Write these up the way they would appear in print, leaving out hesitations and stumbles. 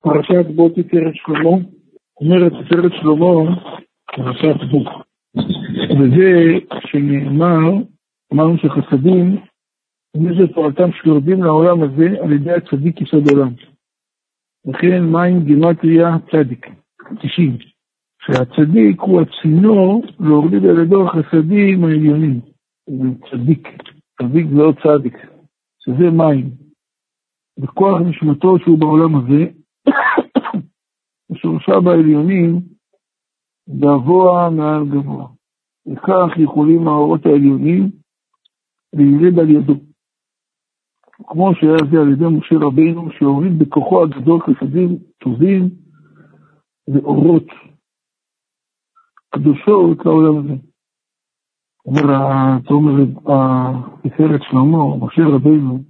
פרשת בו תפארת שלמה, אומרת תפארת שלמה, פרשת בו. וזה שנאמר, אמרנו שחסדים, זה תורתם שיורדים לעולם הזה על ידי הצדיק יסוד עולם. לכן מים גימטריה צדיק, 90. שהצדיק הוא הצינור להוריד על ידו החסדים העליונים. צדיק, צדיק זה לא צדיק, שזה מים. בכוח נשמתו שהוא בעולם הזה, שורשה בעליונים גבוה מעל גבוה. וכך יכולים האורות העליונים להירד על ידו. כמו שהיה זה על ידי משה רבינו, שהוריד בכוחו הגדול חסדים טובים ואורות קדושות לעולם הזה. אומר תפארת שלמה, משה רבינו,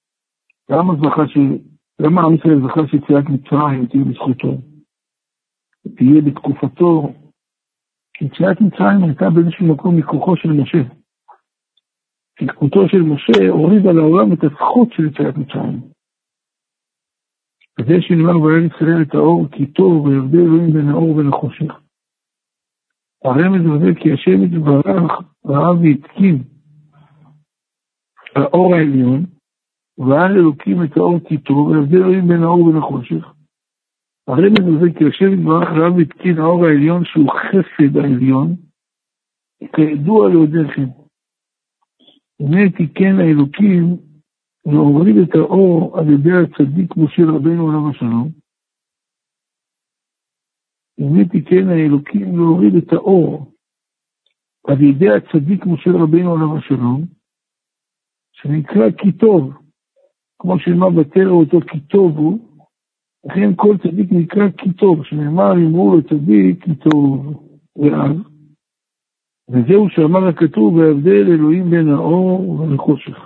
למה עם ישראל זכה שיציאת מצרים תהיה בזכותו? תהיה בתקופתו, כי יציאת מצרים הייתה באיזשהו מקום מכוחו של משה. תקופתו של משה הוריד על העולם את הזכות של יציאת מצרים. וזה שנאמר בארץ ישראל את האור כי טוב וירדה אלוהים בין האור ובין החושך. הרמז הזה כי השם יתברך ראה והתקין האור העליון ועל אלוקים את האור כי טוב וירדה אלוהים בין האור ובין החושך. הרמז הזה כי השם יתברך ראה והתקין האור העליון שהוא חסד העליון כידוע להודיעכם. הנה תיקן האלוקים להוריד את האור על ידי הצדיק משה רבינו עליו השלום. הנה תיקן האלוקים להוריד את האור על ידי הצדיק משה רבינו עליו השלום, שנקרא כי טוב, כמו שנאמר בתורה אותו כי טוב הוא, לכן כל צדיק נקרא כי טוב, שנאמר אמרו לצדיק כי טוב ואז. וזהו שאמר הכתוב, והבדל אלוהים בין האור ובין החושך.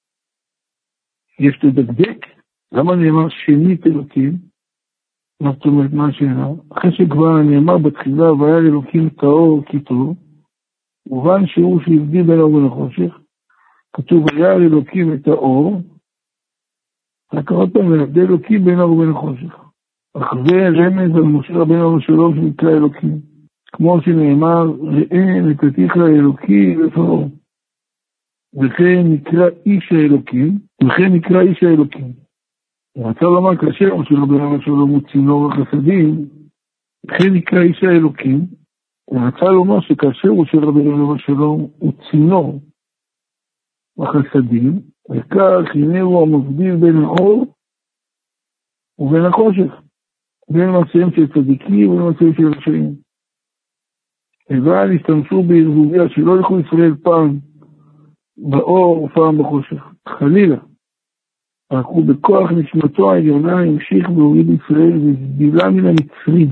יש לדקדק, למה נאמר שנית אלוקים? מה זאת אומרת, מה השאלה? אחרי שכבר נאמר בתחילה, והיה לאלוקים את האור כי טוב, מובן שהוא שהבדיל בין האור ובין החושך, כתוב, היה לאלוקים את האור, רק עוד פעם, והבדל אלוקים בין האור ובין החושך. אך זה רמז על משה רבינו שלום שנקרא אלוקים. כמו שנאמר, ראה נתתיך אלוקי לפרעה. וכן נקרא איש האלוקים, וכן נקרא איש האלוקים. רצה לומר כאשר משה רבינו שלום הוא צינור החסדים, וכן נקרא איש האלוקים, ורצה לומר שכאשר משה רבינו שלום הוא צינור החסדים, וכך הנה הוא המבדיל בין האור ובין החושך, בין מעשיהם של צדיקים ובין מעשיהם של רשעים. אבל השתמשו בערבוביה שלא ילכו ישראל פעם באור ופעם בחושך. חלילה. רק הוא בכוח נשמתו העליונה המשיך והוריד ישראל והבדילה מן המצרים.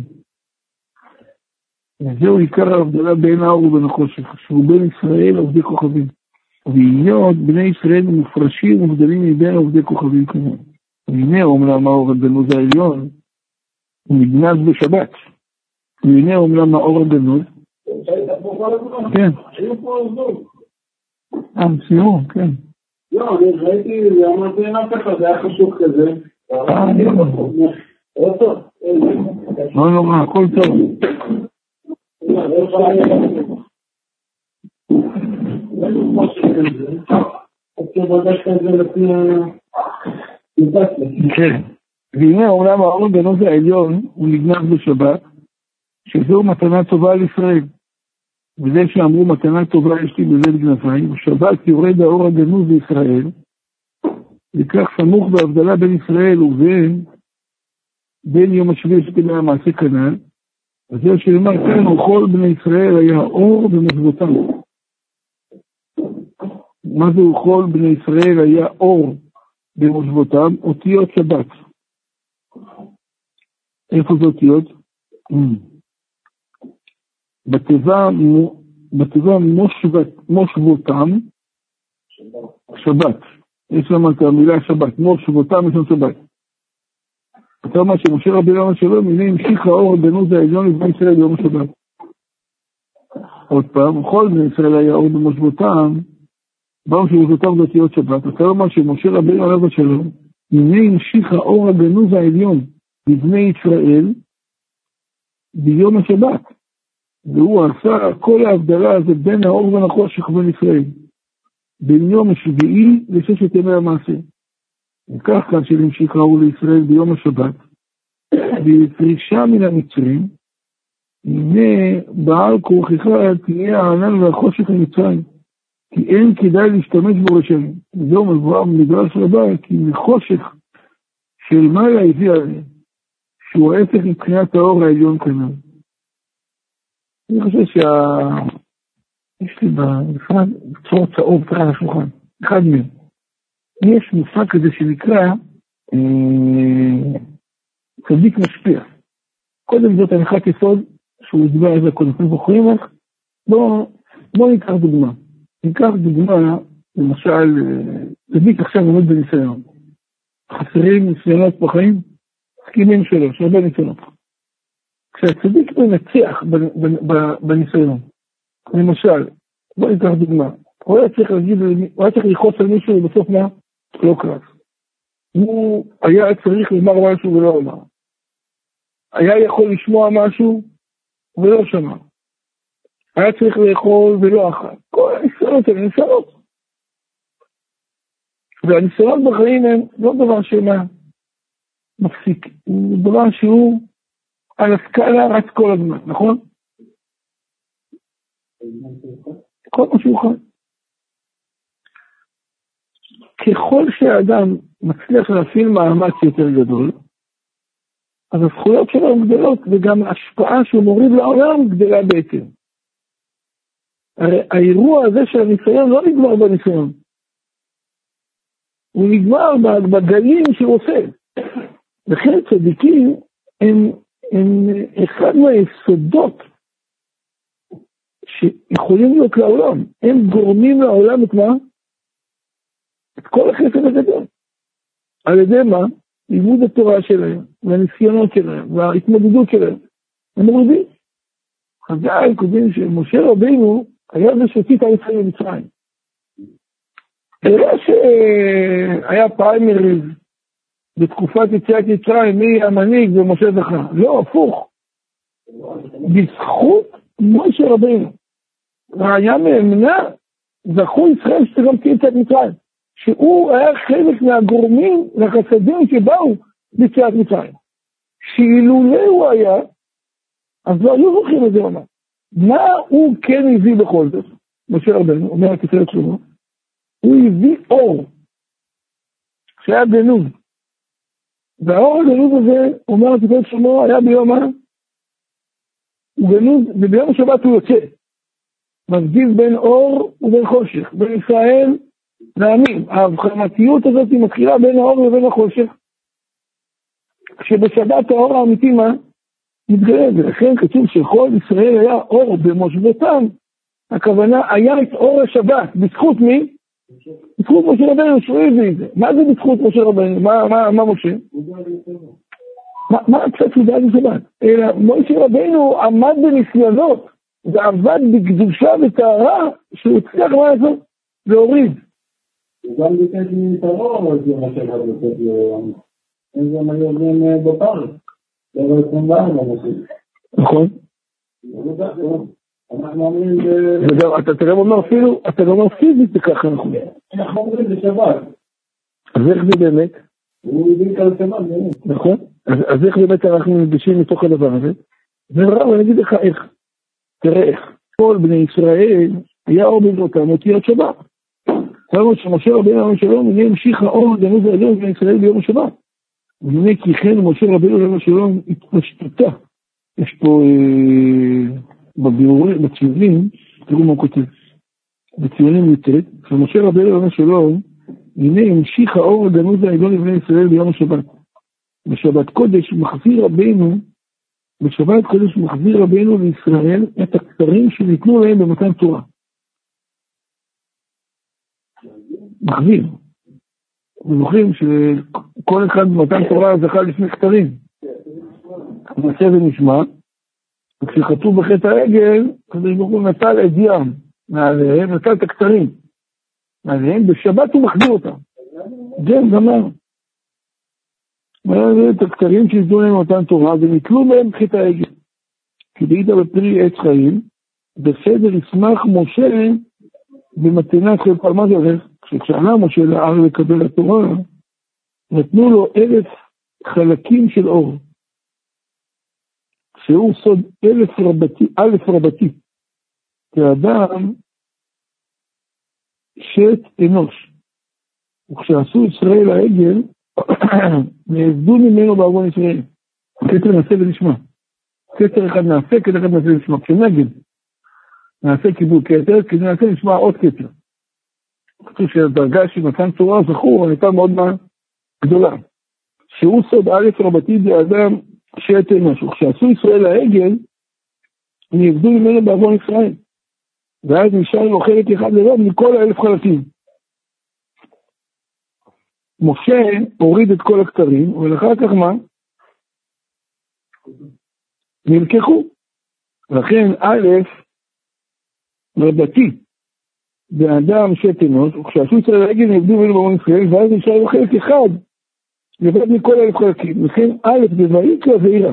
וזהו עיקר ההבדלה בין האור ובין החושך, שהוא בין ישראל עובדי כוכבים. והיות בני ישראל מופרשים ומבדלים מבין עובדי כוכבים כמובן. והנה אומנם האור הגנוז העליון הוא נגנז בשבת. והנה אומנם האור הגנוז כן. סיום, כן. לא, אני ראיתי, אמרתי אין אף אחד, זה היה חשוב כזה. לא נורא, הכל טוב. כן. והנה אומנם האור הגנוז העליון הוא נגנז בשבת, שזהו מתנה טובה על ישראל. וזה שאמרו מתנה טובה יש לי בבית כנפיים, בשבת יורד האור הגנוז לישראל, וכך סמוך בהבדלה בין ישראל ובין יום השביעי שכדי המעשה כנ"ל, וזה שאומר כן, וכל בני ישראל היה אור במושבותם. מה זה וכל בני ישראל היה אור במושבותם? אותיות שבת. איפה זה אותיות? בתיבה מושבותם שבת. יש למה את המילה שבת. מושבותם יש לנו שבת. אתה אומר שמשה רבינו שלום, הנה המשיך האור הגנוז העליון לבני ישראל ביום השבת. עוד פעם, כל בני ישראל היה אור במושבותם, במושבותם זה אותיות שבת. אתה אומר שמשה רבינו עליו השלום, הנה המשיך האור הגנוז העליון לבני ישראל ביום השבת. והוא עשה כל ההבדלה הזאת בין האור והחושך בין ישראל. בין יום השביעי לששת ימי המעשה. וכך כאן שנמשיך האור לישראל ביום השבת. בפרישה מן המצרים, הנה בעל כורכך תהיה הענן והחושך למצרים. כי אין כדאי להשתמש בו לשם. זהו מבואר במדרש רבה, כי מחושך של מעלה הביא עליהם, שהוא ההפך מבחינת האור העליון כנראה. אני חושב יש לי בנפרד בצורה צהוב כאן על השולחן, אחד מהם. יש מושג כזה שנקרא צדיק משפיע. קודם זאת הנחת יסוד שהוא הסבר על זה קודם. אתם זוכרים איך? בואו ניקח דוגמה. ניקח דוגמה, למשל, צדיק עכשיו עומד בניסיון. חסרים ניסיונות בחיים? סכימים שלו, שהרבה ניסיונות. כשהצדיק מנצח בניסיון, למשל, בואו ניקח דוגמה. הוא היה צריך ללחוץ על מישהו ובסוף מה? לא קרס. הוא היה צריך לומר משהו ולא אמר. היה יכול לשמוע משהו ולא שמע. היה צריך לאכול ולא אכל. כל הניסיונות האלה ניסיונות. והניסיונות בחיים הם לא דבר שמה מפסיק. הוא דבר שהוא על הסקאלה רץ כל הזמן, נכון? כל מה שהוא חי. ככל שהאדם מצליח להפעיל מאמץ יותר גדול, אז הזכויות שלו הן גדלות, וגם ההשפעה שהוא מוריד לעולם גדלה בעצם. הרי האירוע הזה של הניסיון לא נגמר בניסיון. הוא נגמר בגלים שהוא עושה. לכן צדיקים הם אחד מהיסודות שיכולים להיות לעולם. הם גורמים לעולם את מה? את כל החסד הגדול. על ידי מה? לימוד התורה שלהם, והניסיונות שלהם, וההתמודדות שלהם. הם מורידים. חז"ל כותבים שמשה רבינו היה זה שהוציא את עם ישראל ממצרים. זה לא שהיה פריימריז בתקופת יציאת מצרים, מי המנהיג ומשה זכה. לא, הפוך. בזכות משה רבינו. והיה מאמנה, זכו ישראל שגם תהיה יציאת מצרים. שהוא היה חלק מהגורמים לחסדים שבאו ביציאת מצרים. שאילולא הוא היה, אז לא היו זוכים את זה אומר. מה הוא כן הביא בכל זאת? משה רבנו, אומר הכתרת שלו, הוא הביא אור, שהיה גנוז. והאור הגנוז הזה, אומר הכתרת שלו, היה ביום מה? הוא גנוז, וביום השבת הוא יוצא. מבדיל בין אור ובין חושך, בין ישראל לעמים. ההבחנתיות הזאת היא מתחילה בין האור לבין החושך. כשבשבת האור האמיתי מה? מתגלה, ולכן כתוב שכל ישראל היה אור במושבותם. הכוונה היה את אור השבת. בזכות מי? בזכות משה רבנו, שהוא הביא את זה. מה זה בזכות משה רבנו? מה משה? מה קצת הוא דאג לשבת? אלא משה רבנו עמד בניסיונות, ועבד בקדושה וטהרה, שהוא הצליח מה לעשות? להוריד. הוא גם ביקש מטרור, אז הוא משה רבנו, הם גם היו עוברים בפארק. נכון. אנחנו אומרים אתה תראה אומר אפילו, אתה לא אומר פיזית בכך אנחנו אומרים בשבת. אז איך זה באמת? הוא הביא על שבת באמת. נכון. אז איך באמת אנחנו נדשים מתוך הדבר הזה? ורב, אני אגיד לך איך. תראה איך. כל בני ישראל היה אור בזרותם אותיות שבת. כלומר שמשה רבינו אמר שלום, הנה המשיך האור גנוז העליון בני ישראל ביום השבת. והנה כי כן משה רבינו אמר שלום התפשטותה. יש פה בבירורים, בציונים, תראו מה הוא כותב. בציונים יוצאת, שמשה רבינו אמר שלום, הנה המשיך האור הגנוז העליון לבני ישראל ביום השבת. בשבת קודש מחזיר רבינו, בשבת קודש מחזיר רבינו לישראל את הכתרים שניתנו להם במתן תורה. מחזיר. זוכרים שכל אחד במתן תורה זכה לפני כתרים. נעשה ונשמע, וכשחטאו בחטא העגל, הקדוש ברוך הוא נטל את ים מעליהם, נטל את הכתרים מעליהם, בשבת הוא מחזיר אותם. כן, גמר. את הכתרים שידעו להם אותן תורה, ונתלו מהם חטא העגל. כי דהית בפרי עץ חיים, בסדר ישמח משה במתנת חלקו. מה זה הולך? כששאלה משה להר לקבל התורה, נתנו לו 1,000 חלקים של אור. שהוא סוד 1,000 רבתי. כאדם שת אנוש. וכשעשו ישראל העגל, נעבדו ממנו בעוון ישראל. כתר נעשה ונשמע. כתר אחד נעשה, כתר אחד נעשה ונשמע. כשנגד נעשה קיבול כתר, כדי נעשה ונשמע עוד כתר. כתוב שהדרגה של מתן תורה זכור, הייתה מאוד גדולה. שהוא סוד 1,000 רבתי באדם שת אנוש. וכשעשו ישראל העגל, נעבדו ממנו בעוון ישראל. ואז נשאר לו חלק אחד לבד מכל 1,000 חלקים. משה הוריד את כל הכתרים, ולאחר כך מה? נלקחו. לכן א' רבתי באדם שת אנוש, וכשעשו ישראל העגל נעבדו ממנו בעוון ישראל, ואז נשאר לו חלק אחד לבד מכל 1,000 חלקים. לכן א' בויקרא ואירא.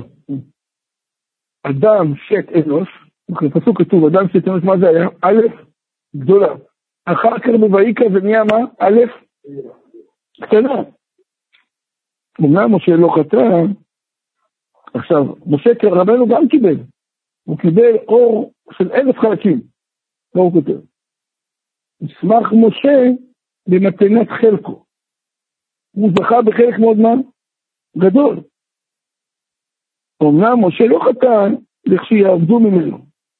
אדם שת אנוש, בפסוק כתוב, אדם שת אנוש, מה זה היה? א' גדולה. אחר כך בויקרא זה נהיה מה? א' קטנה. אומנם משה לא חטא, עכשיו, משה רבנו גם קיבל. הוא קיבל אור של 1,000 חלקים. לא הוא כותב. ישמח משה במתנת חלקו. הוא זכה בחלק מאוד מה? גדול. אומנם משה לא חטא, לכשיעבדו ממנו.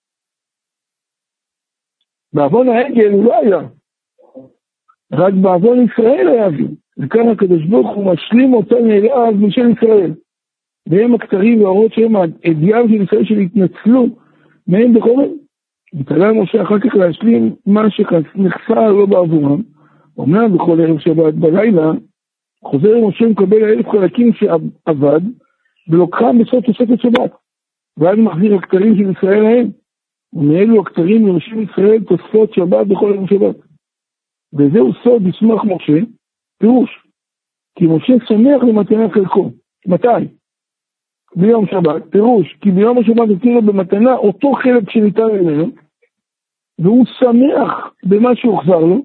בעוון העגל הוא לא היה. רק בעוון ישראל היה עבדו. וכאן הקדוש ברוך הוא משלים אותם אליו משל ישראל. והם הכתרים והאורות שהם הידיעה של ישראל שהתנצלו מהם בחורם. ותעלה משה אחר כך להשלים מה שנחסר לא בעבורם. אומנם בכל ערב שבת בלילה, חוזר משה מקבל 1,000 חלקים שעבד, ולוקחם בסוף תוספת שבת. ואז מחזיר הכתרים של ישראל להם. ומאלו הכתרים יורשים ישראל תוספות שבת בכל ערב שבת. וזהו סוד ישמח משה, פירוש. כי משה שמח למתנה חלקו. מתי? ביום שבת. פירוש. כי ביום השבת נתנו לו במתנה אותו חלק שניתן ממנו, והוא שמח במה שהוחזר לו,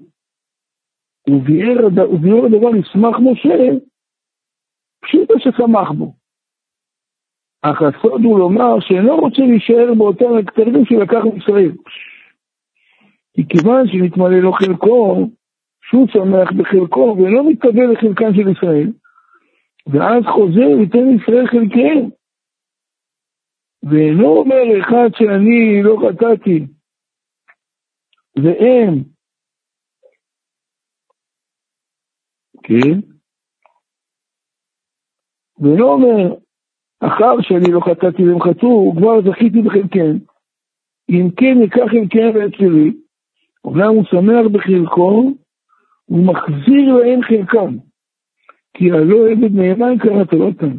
וביאר הדבר ישמח משה, פשוט ששמח בו. אך הסוד הוא לומר שאינו רוצה להישאר באותם הכתרים שלקח מישראל. כי כיוון שנתמלא לו חלקו, שהוא שמח בחלקו, ואינו מתקבל לחלקן של ישראל, ואז חוזר ויתן ישראל חלקיהם. ואינו אומר אחד שאני לא חטאתי, והם, כן? ואינו אומר, אחר שאני לא חטאתי והם חטאו, כבר זכיתי בחלקיהם. אם כן ניקח חלקיהם ואצלי, אומנם הוא שמח בחלקו, הוא מחזיר להם חלקם. כי הלא עבד נאמן קראת אותם.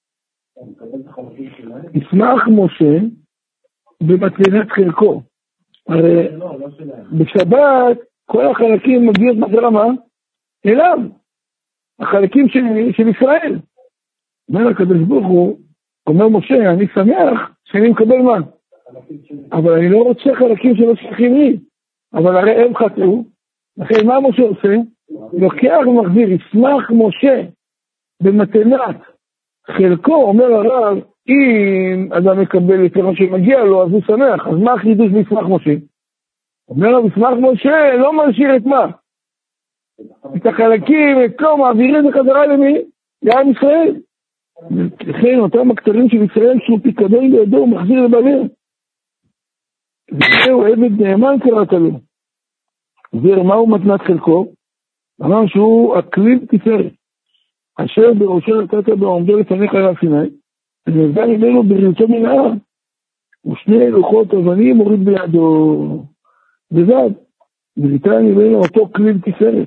ישמח משה במתנת חלקו. הרי בשבת כל החלקים מגיעים בגרמה אליו. החלקים של ישראל. אומר הקדוש ברוך הוא, אומר משה, אני שמח שאני מקבל מה? אבל אני לא רוצה חלקים שלא שייכים לי. אבל הרי הם חטאו. לכן מה משה עושה? לוקח ומחזיר, ישמח משה במתנת חלקו. אומר הרב, אם אדם מקבל את מה שמגיע לו, אז הוא שמח. אז מה החידוש בישמח משה? אומר הרב, ישמח משה לא משאיר את מה? את החלקים, את לא, מעבירים בחזרה למי? לעם ישראל. לכן אותם הכתרים של ישראל שהוא פיקדון בידו, הוא מחזיר לבעליהם. וזהו עבד נאמן קראת לו. ומהו מתנת חלקו? אמר שהוא הכליל תפארת, אשר בראשו נתת בעומדו לפניך על סיני, ונבדה ממנו ברצו מן ההר, ושני לוחות אבנים הוריד בידו, בזד, וניתן ממנו אותו כליל תפארת.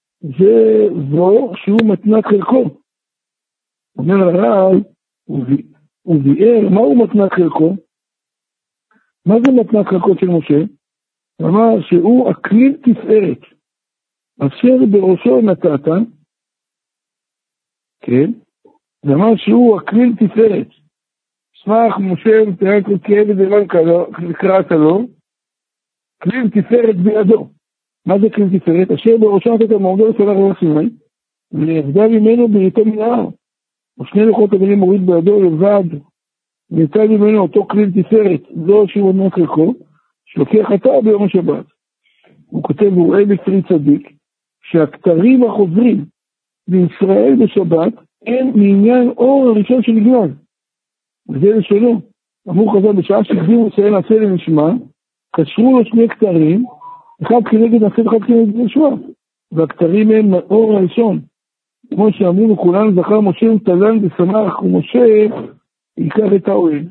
זו שהוא מתנת חלקו. אומר הרב, וביאר, מהו מתנת חלקו? מה זה מתנת חלקו של משה? אמר שהוא הכליל תפארת, אשר בראשו נתת, כן, זה אמר שהוא הכליל תפארת. שמח משה ותרק כעבד אליו קראת לו, כליל תפארת בידו. מה זה כליל תפארת? אשר בראשו נתת המורדות של הר סיני, ויחדה ממנו בריתו מן ההר. ושני לוחות אבנים מוריד בידו לבד, ויצא ממנו אותו כליל תפארת, זו שהוא עונה חלקו, שלוקח חטא ביום השבת. הוא כותב, הוא רואה בפרי צדיק, שהכתרים החוזרים בישראל בשבת, הם מעניין אור הראשון שנגנז. וזה לשונו. אמרו חז"ל, בשעה שהקדימו ישראל נעשה לנשמה, קשרו לו שני כתרים, אחד כנגד נעשה ואחד כנגד נשמה. והכתרים הם אור הראשון. כמו שאמרו כולנו, זכר משה ותלן ושמח, ומשה ייקח את האוהל.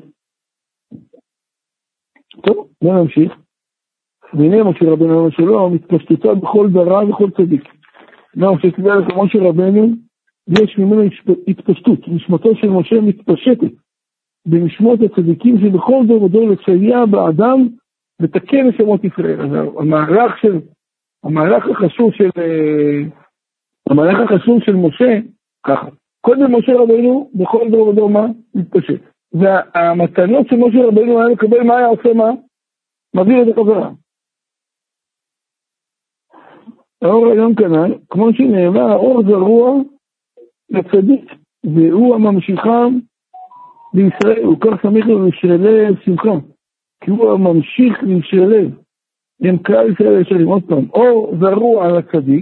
טוב, בוא נמשיך. והנה משה רבנו אמר שלום, התפשטותה בכל דרה וכל צדיק. שתדע לך, משה רבנו, יש ממנו התפשטות. נשמתו של משה מתפשטת בנשמות הצדיקים שבכל דור ודור לסייע באדם לתקן נשמות ישראל. אז המהלך החשוב של משה, ככה. קודם משה רבנו, בכל דור ודור מה? מתפשט. והמתנות של משה רבנו היה לקבל, מה היה עושה מה? מביא את החזרה. האור היום כנ"ל, כמו שנאמר, האור זרוע לצדיק, והוא הממשיכם בישראל, הוא כך שמח לישראלי שמחה, כי הוא הממשיך לישראלי, הם כלל ישראל ישרים. עוד פעם, אור זרוע לצדיק,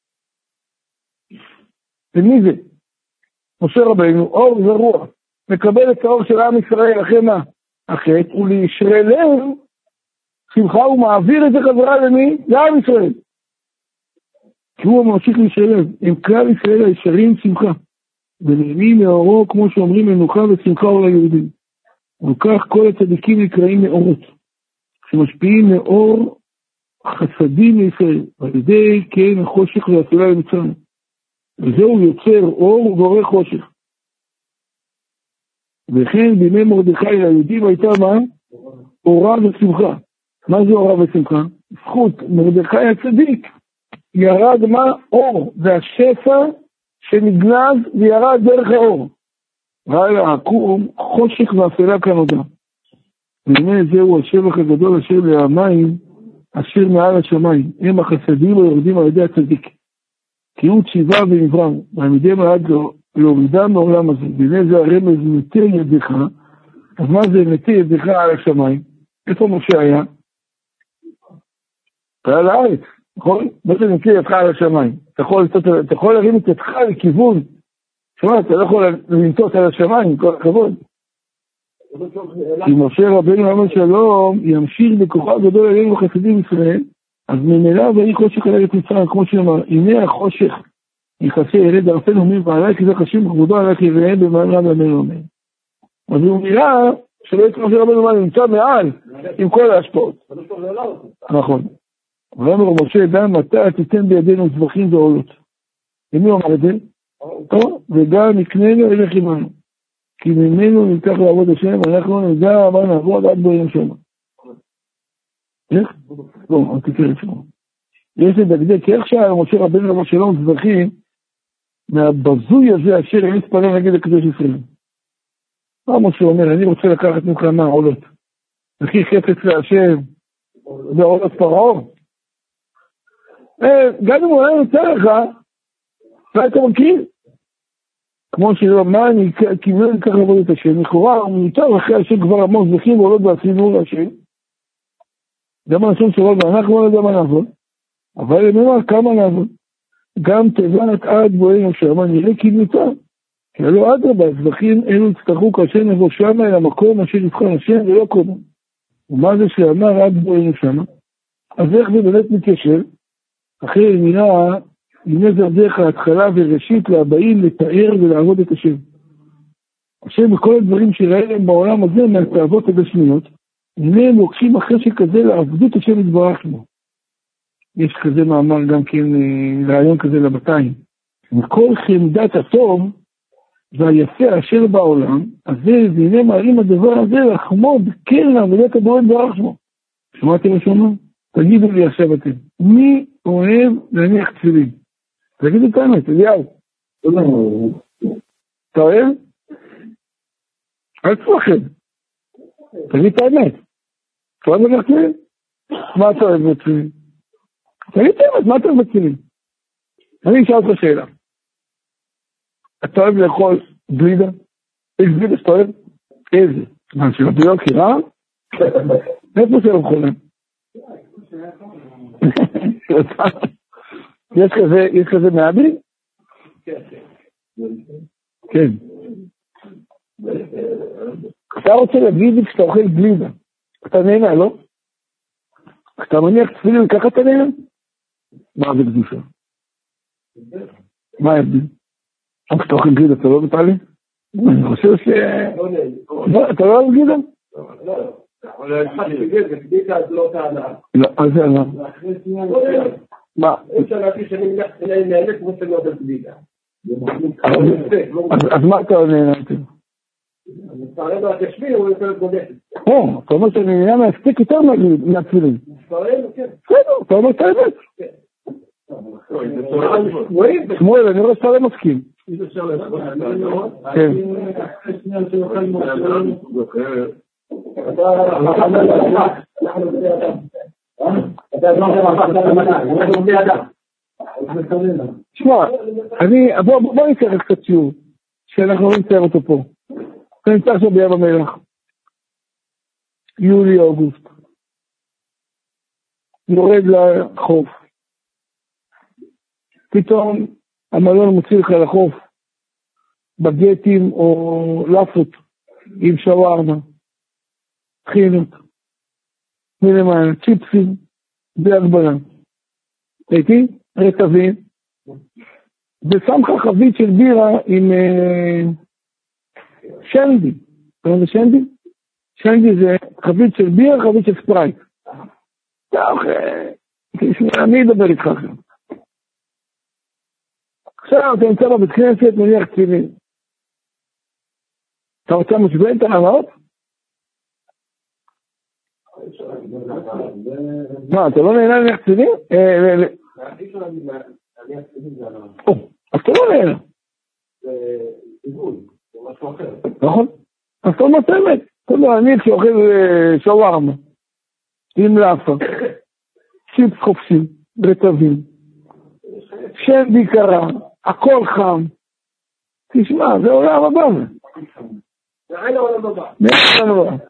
ומי זה? משה רבינו, אור זרוע, מקבל את האור של עם ישראל, אחרי מה? החטא, ולישראלי שמחה, הוא מעביר את זה חזרה למי? לעם ישראל. כי הוא ממשיך להישאר, הם כלל ישראל הישרים שמחה, ונהנים מאורו, כמו שאומרים, מנוחה ושמחה אור ליהודים. וכך כל הצדיקים נקראים מאורות, שמשפיעים מאור חסדים לישראל, ועל ידי כן החושך והאפלה למצרים. וזהו יוצר אור ובורא חושך. וכן בימי מרדכי ליהודים הייתה מה? אורה ושמחה. מה זה אורה ושמחה? זכות מרדכי הצדיק. ירד מה? אור. זה השפע שנגנז וירד דרך האור. ראה עקום חושך ואפלה כנודע. והנה זהו השבח הגדול אשר להמים אשר מעל השמיים. הם החסדים היורדים על ידי הצדיק. כי הוא תשיבה ונברם. ועמידם עד להורידה מעולם הזה. והנה זה הרמז מתי ידך. אז מה זה מתי ידך על השמיים? איפה משה היה? על הארץ. נכון? מה זה נקרא ידך על השמיים? אתה יכול להרים את ידך לכיוון. שומע, אתה לא יכול לנטות על השמיים, כל הכבוד. כי משה רבנו אמר שלום, ימשיך בכוחה גדול עלינו בחסדים ישראל, אז ממילא ואי חושך על ארץ מצרים, כמו שאמר, הנה החושך יכסה ירד ערפנו מי ועלי, כי זה חשוב כבודו עלי כבריהם במען רב אמנו אומר. אז הוא נראה שלא את משה רבנו אמר, נמצא מעל עם כל ההשפעות. נכון. ואמר משה, דם אתה תיתן בידינו זבחים ועולות. ומי אומר את זה? וגם נקננו אלך עמנו. כי ממנו נלקח לעבוד השם, אנחנו נדע מה נעבוד עד בו יום שמה. איך? לא, תקרא את שמו. יש לדקדק, כי איך שהיה משה רבנו אמר שלום זבחים, מהבזוי הזה אשר אין מתפלל נגד הקדוש ישראל. מה משה אומר? אני רוצה לקחת ממך מה עולות. וכי חפץ להשם, ועולות פרעה. גם אם הוא היה נוצא לך, ואתה מכיר. כמו שלא, מה אני כיוון כך לעבוד את השם, לכאורה הוא מיותר אחרי השם כבר עמוס זכים ועולות בעשינו להשם. גם השם שלו, ואנחנו לא יודע מה נעבוד. אבל אני אומר, כמה נעבוד? גם תבנת עד בואנו שמה נראה כמיותר. כי הלא אדרבה, זכים אלו יצטרכו כאשר נבוא שמה אל המקום אשר יבחר השם ולא קודם. ומה זה שאמר עד בואנו שמה? אז איך זה באמת מתיישב? אחרי נראה, הנה זה דרך ההתחלה וראשית להבאים לתאר ולעבוד את השם. השם בכל הדברים שראה להם בעולם הזה מהתאבות הגשמיות, הנה הם לוקחים החשק הזה לעבדות השם יתברך בו. יש כזה מאמר גם כן, רעיון כזה לבתיים. וכל חמדת הטוב והיפה אשר בעולם, אז זה הנה מעלים הדבר הזה לחמוד כן לעבודת הבורא יתברך שמו. שמעתם לשומע? תגידו לי עכשיו אתם, מי אוהב להניח תפילין? תגידו את האמת, אליהו. אתה אוהב? אל תפחד. תגיד את האמת. אתה אוהב בתפילין? מה אתה אוהב בתפילין? תגיד את האמת, מה אתה אוהב בתפילין? אני אשאל אותך שאלה. אתה אוהב לאכול גלידה? איזה גלידה שאתה אוהב? איזה? מה, של הבריאות קירה? איפה של אוכלים? יש כזה מעדי? כן. אתה רוצה להגיד לי כשאתה אוכל גלידה, אתה נהנה, לא? כשאתה מניח תפילין, ככה אתה נהנה? מה זה קדושה? מה ההבדל? כשאתה אוכל גלידה, אתה לא מתעלה? אני חושב ש... אתה לא אוהב גלידה? לא. אבל גלידה אז לא טענה. לא, אז זה לא. מה? אפשר להגיד שאני נהנה כמו שאני אוהב גלידה. אז מה אתה נהנה? אני מתפעל בהתשבי, הוא יותר גודל. אתה אומר שאני נהנה מהספיק יותר מהתפילין. אתה אומר את האמת. שמואל, אני רואה שאתה לא מסכים. כן. שמע, בוא נצטרך קצת שיעור, שאנחנו לא נצייר אותו פה. אני נמצא עכשיו בים המלח. יולי, אוגוסט. יורד לחוף. פתאום המלון מוציא לך לחוף בגטים או לפות עם שווארמה, חינות, מלמעלה, צ'יפסים, בהגבלה. הייתי רטבים, ושם לך חבית של בירה עם שנדי. אתה יודע שנדי? שנדי זה חבית של בירה, חבית של ספרייט. אני אדבר איתך עכשיו. עכשיו אתה נמצא בבית כנסת, מניח תפילין. אתה רוצה משווה את הענות? מה, אתה לא נהנה להניח תפילין? אז אתה לא נהנה. נכון? אז אתה נותן את. אתה יודע, אני כשאוכל שווארמה, עם לאפה, צ'יפס חופשי, רטבים, שם ביקרה, הכל חם. תשמע, זה עולם הבא. זה אין העולם הבא. זה אין העולם הבא.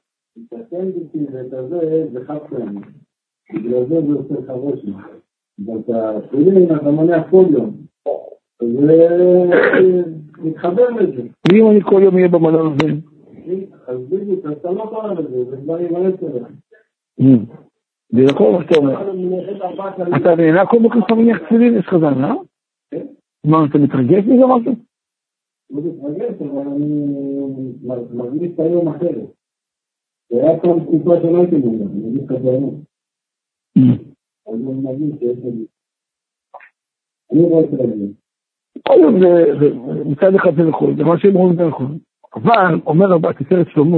זה חד פעמים. בגלל זה עושה לך רושם. ואתה תפילין, אתה מניח כל יום. זה מתחבר לזה. ואם אני כל יום אהיה במלון הזה? אז בדיוק, אתה לא פעם לזה, זה כבר ימלא שלך. זה נכון מה שאתה אומר. אתה נהנה כל בוקר שאתה מניח תפילין, יש חזן, אה? כן. מה, אתה מתרגש מזה משהו? לא מתרגש, אבל אני מרגיש את היום אחרת. זה היה כל תקופה שלא הייתי מודע, אני מרגיש כזרנות. אז אני מרגיש שיש לי. אני רואה את זה. כל יום זה מצד אחד זה נכון, זה מה שהם רואים זה נכון. אבל, אומר רבה, תפארת שלמה,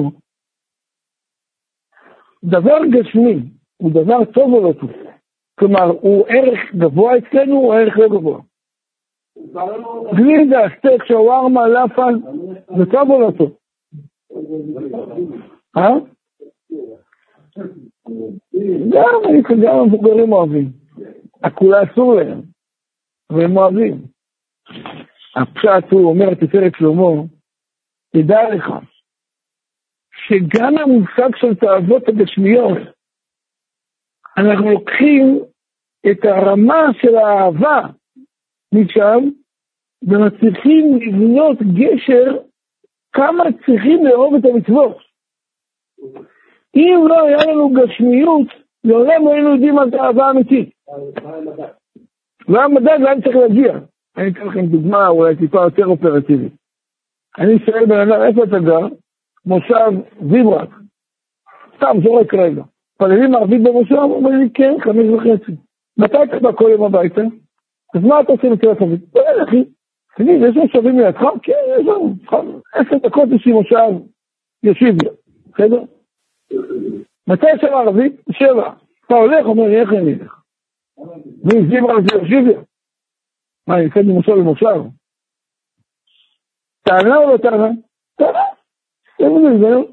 דבר גשמי הוא דבר טוב או לא טוב? כלומר, הוא ערך גבוה אצלנו או ערך לא גבוה? גלידה, סטייק, שווארמה, לאפן, זה טוב או לא טוב? גם המבוגרים אוהבים. הכולה אסור להם, והם אוהבים. הפשט הוא אומר, תפארת שלמה, תדע לך, שגם המושג של תאוות הגשמיות, אנחנו לוקחים את הרמה של האהבה משם, ומצליחים לבנות גשר כמה צריכים לאהוב את המצוות. אם לא היה לנו גשמיות, לעולם לא היינו יודעים מה זה אהבה אמיתית. לא המדד, לאן צריך להגיע. אני אתן לכם דוגמה, אולי טיפה יותר אופרטיבית. אני שואל בן אדם, איפה אתה גר? מושב זיברק. סתם, זורק רגע. פללים ערבית במושב, הוא אומר לי, כן, 5:30. מתי אתה בא כל יום הביתה? אז מה אתה עושה לקראת חבית? אין אחי. תגיד, יש מושבים לידך? כן, יש לנו. 10 דקות יש לי מושב ישיב לי. בסדר? מתי יש שם ערבית? 7. אתה הולך, אומר לי, איך אני אלך? מי זיברק זה ישיב לי? מה, אני נמצאת במושב במושב? טענה או לא טענה? טענה. זהו.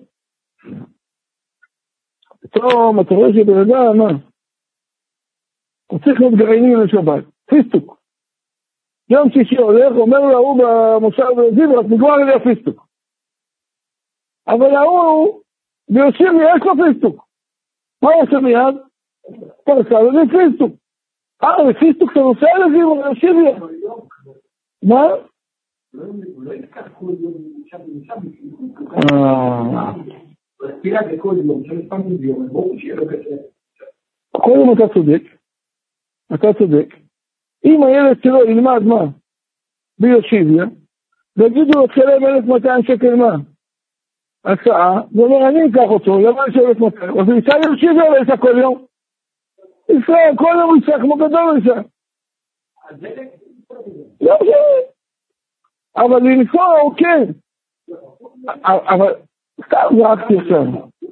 פתאום אתה רואה שבן אדם, מה? הוא צריך להיות גרעינים לשבת. פיסטוק. יום שישי הולך, אומר לו, הוא במושב בזיו, רק נגמר לי הפיסטוק. אבל הוא, ביושב לי, יש לו פיסטוק. מה הוא עושה מיד? פרסה, וזה פיסטוק. ופיסטוק אתה נוסע לזיו, הוא יושב לי. מה? הוא לא ייקח כל יום משם. תפילה זה כל יום, שלוש פעמים ביום, ברור שיהיה לו קשה. כל יום אתה צודק. אם הילד שלו ילמד מה? ביושיביה, ויגידו לו תשלם 1,200 שקל מה? הסעה, זה אומר אני אקח אותו, למה 1,200? אז הוא ייסע ליושיביה או ייסע כל יום? ישראל, כל יום הוא ייסע כמו גדול הוא ייסע. לא משנה. אבל לנסוע הוא כן. אבל סתם זרקתי עכשיו.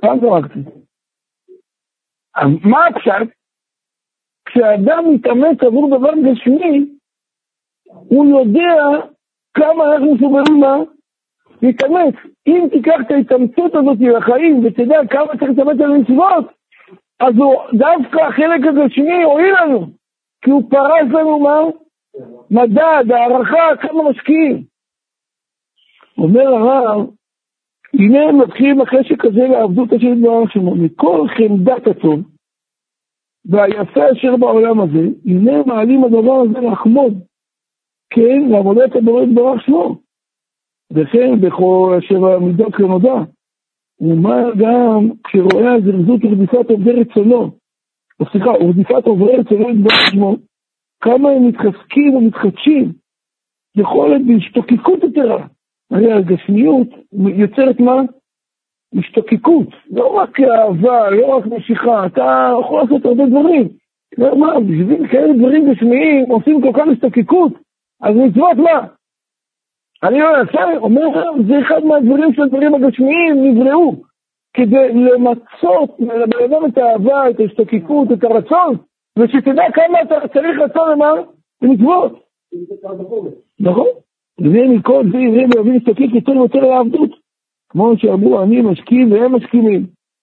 מה הפשט? כשאדם מתאמץ עבור דבר גשמי, הוא יודע כמה אנחנו מסוגלים מה? להתאמץ. אם תיקח את ההתאמצות הזאת לחיים ותדע כמה צריך להתאמץ על מצוות, אז הוא דווקא החלק הגשמי הועיל לנו. כי הוא פרס לנו מה? מדד, הערכה, כמה משקיעים. אומר הרב, הנה הם מתחילים החשק הזה לעבדות השם יתברך שמו, מכל חמדת הטוב, והיפה אשר בעולם הזה, הנה מעלים הדבר הזה לחמוד, כן, לעבודת הבורא יתברך שמו, וכן בכל אשר המידות כנודע, ומה גם כשרואה הזרזות ורדיפת עובדי רצונו, ורדיפת עובדי רצונו יתברך שמו, כמה הם מתחזקים ומתחדשים, יכולת בהשתוקקות יתרה, הרי הגשמיות יוצרת מה? השתוקקות, לא רק אהבה, לא רק משיכה, אתה יכול לעשות הרבה דברים. מה, בשביל כאלה דברים גשמיים עושים כל כך השתוקקות, אז מצוות מה? אני לא אעשה, אומר, זה אחד מהדברים של הדברים הגשמיים נבראו, כדי למצות, לבן את האהבה, את ההשתוקקות, את הרצון, ושתדע כמה אתה צריך רצון למה? למצוות. נכון? וזה מכל זה יראה ויבין להסתכל יותר ויותר לעבדות. כמו שאמרו, אני משכים והם משכימים.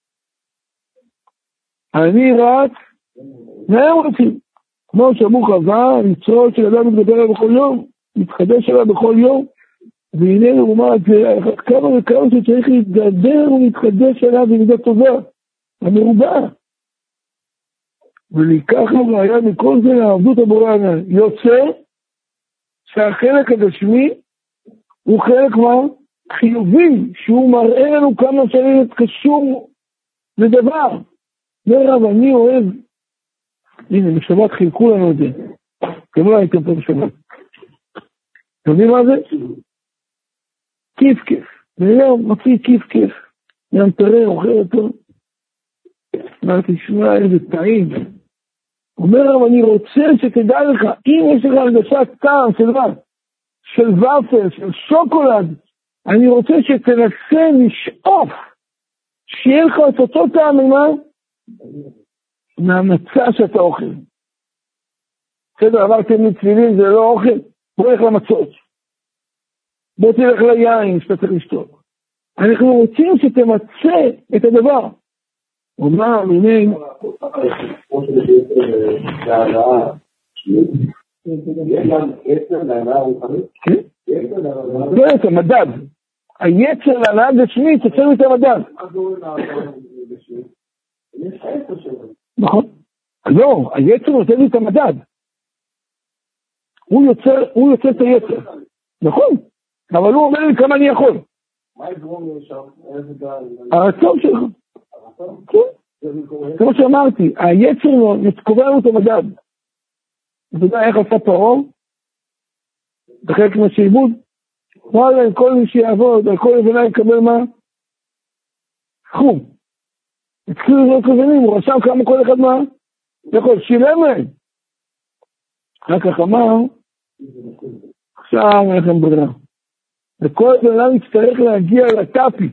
אני רץ והם רצים. כמו שאמרו חווה, ניצול של אדם מתגבר עליו בכל יום, מתחדש עליו בכל יום, והנה לעומת כמה וכמה שצריך להתגדר ולהתחדש עליו במידה טובה, המרובה. ולקח לו ראיה מכל זה לעבדות הבורא עליו. יוצא שהחלק הגשמי הוא חלק מה? חיובי, שהוא מראה לנו כמה שאני קשור לדבר. ורב, אני אוהב, הנה, בשבת חילקו לנו את זה. כמו לא הייתם פה בשבת. אתם יודעים מה זה? כיף כיף. והיום מציא כיף כיף. גם תראה, אוכל אותו. אמרתי, שמע, איזה טעים. אומר רב, אני רוצה שתדע לך, אם יש לך הרגשת טעם של מה? של ופל, של שוקולד, אני רוצה שתנסה לשאוף, שיהיה לך את אותו טעם ממה? מהמצה שאתה אוכל. בסדר, עברתם מצלילים, זה לא אוכל, בוא נלך למצות. בוא תלך ליין שאתה צריך לשתות. אנחנו רוצים שתמצה את הדבר. אומר, הנה, לא יצא, מדד. היצר להנאה גשמית יוצר את המדד. נכון. לא, היצר יוצר את המדד. הוא יוצר את היצר. נכון. אבל הוא אומר לי כמה אני יכול. מה יגרום לשם? הרצון שלך. כמו שאמרתי, היצר קובע לנו את המדד. אתה יודע איך עשה פרעה? בחלק מהשעבוד? וואלה, כל מי שיעבוד, על כל לבנה יקבל מה? סכום. התחילו להיות כזנים, הוא רשם כמה כל אחד מה? יכול, שילם להם. רק כך אמר, עכשיו אין לכם ברירה. וכל בן יצטרך להגיע לטאפי,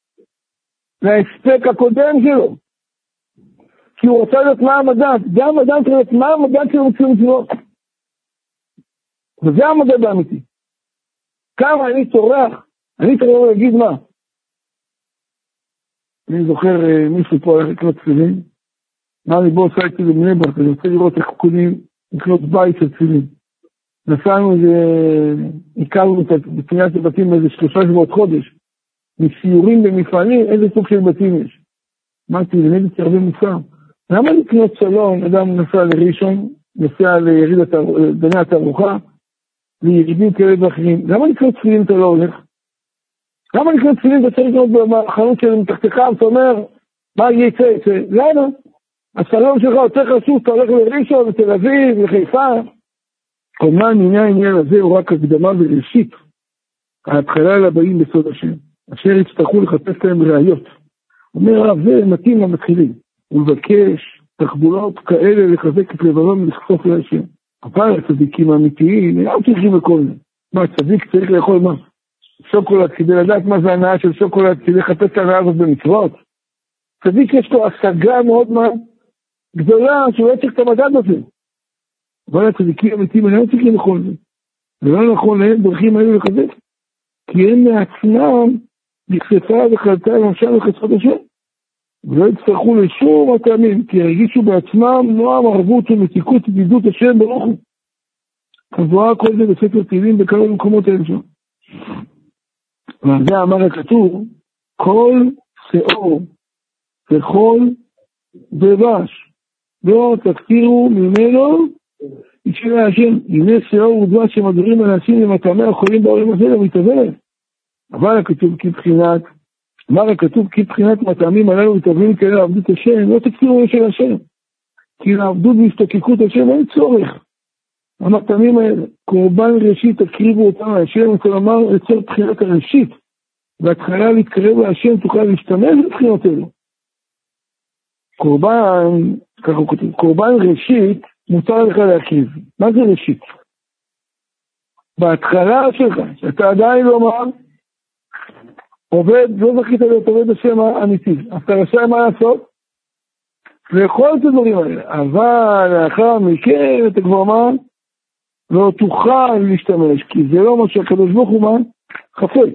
להספק הקודם שלו. כי הוא רוצה להיות מה המדד. גם המדד צריך להיות מה המדד שלו מצוות. וזה המדד האמיתי. כמה אני צורח, אני צריך להגיד מה. אני זוכר מישהו פה הולך לקנות תפילין, אמר לי בוא עושה איתי לבני ברק, אני רוצה לראות איך קונים לקנות בית של תפילין. נסענו הכרנו בקניית בתים איזה 3 שבועות חודש, מסיורים במפעלים, איזה סוג של בתים יש. אמרתי, למד את הרבה מוסר. למה לקנות סלון, אדם נסע לראשון, נסע ליריד בני התערוכה, לירידים כאלה ואחרים. למה לקנות תפילין אתה לא הולך? למה לקנות תפילין אתה צריך לקנות בחנות של מתחתך, אתה אומר, מה יצא? למה? הסלון שלך יותר חשוב, אתה הולך לראשון, לתל אביב, לחיפה. אומנם העניין הזה הוא רק הקדמה וראשית. ההתחלה לבאים בסוד השם, אשר יצטרכו לחפש להם ראיות. אומר הרב, זה מתאים למתחילים. הוא מבקש תחבולות כאלה לחזק את לבנון ולחשוף להשם. אבל הצדיקים האמיתיים, הם צריכים לכל זה. מה, צדיק צריך לאכול מה? שוקולד, כדי לדעת מה זה הנאה של שוקולד, כדי לחפש את הנאה הזאת במצוות. צדיק יש לו השגה מאוד גדולה, שהוא לא צריך את המדד הזה. אבל הצדיקים האמיתיים, הם צריכים לאכול זה. ולא נכון להם דרכים האלה לחזק. כי הם מעצמם נחשפה וחלטה למשל לחצות השם. ולא יצטרכו לשום הטעמים, כי הרגישו בעצמם נועם ערבות ומתיקות ידידות השם ברוך הוא. כבואה כל זה בספר תהילים בכמה מקומות האלה שם. ועל זה אמר הכתוב, כל שאור וכל דבש, לא תקטירו ממנו ישאל השם, הנה שאור ודבש שמדברים אנשים למטעמי החולים בעולם הזה למתאבד. אבל הכתוב כי בחינת מטעמים הללו מתאבדים כאלה לעבדות השם, לא תקטירו של השם. כי לעבדות והסתוקקות השם אין צורך. המטעמים האלה, קורבן ראשית תקריבו אותם להשם, כלומר לצור בחינת הראשית, והתחלה להתקרב להשם תוכל להשתמש בבחינות אלו. קורבן ראשית מותר לך להקריב. מה זה ראשית? בהתחלה שלך, שאתה עדיין לא עובד, לא זכית להיות עובד השם האמיתי. אז אתה רשאי מה לעשות? לאכול את הדברים האלה. אבל לאחר מכן אתה כבר לא תוכל להשתמש, כי זה לא מה שהקדוש ברוך הוא חפץ.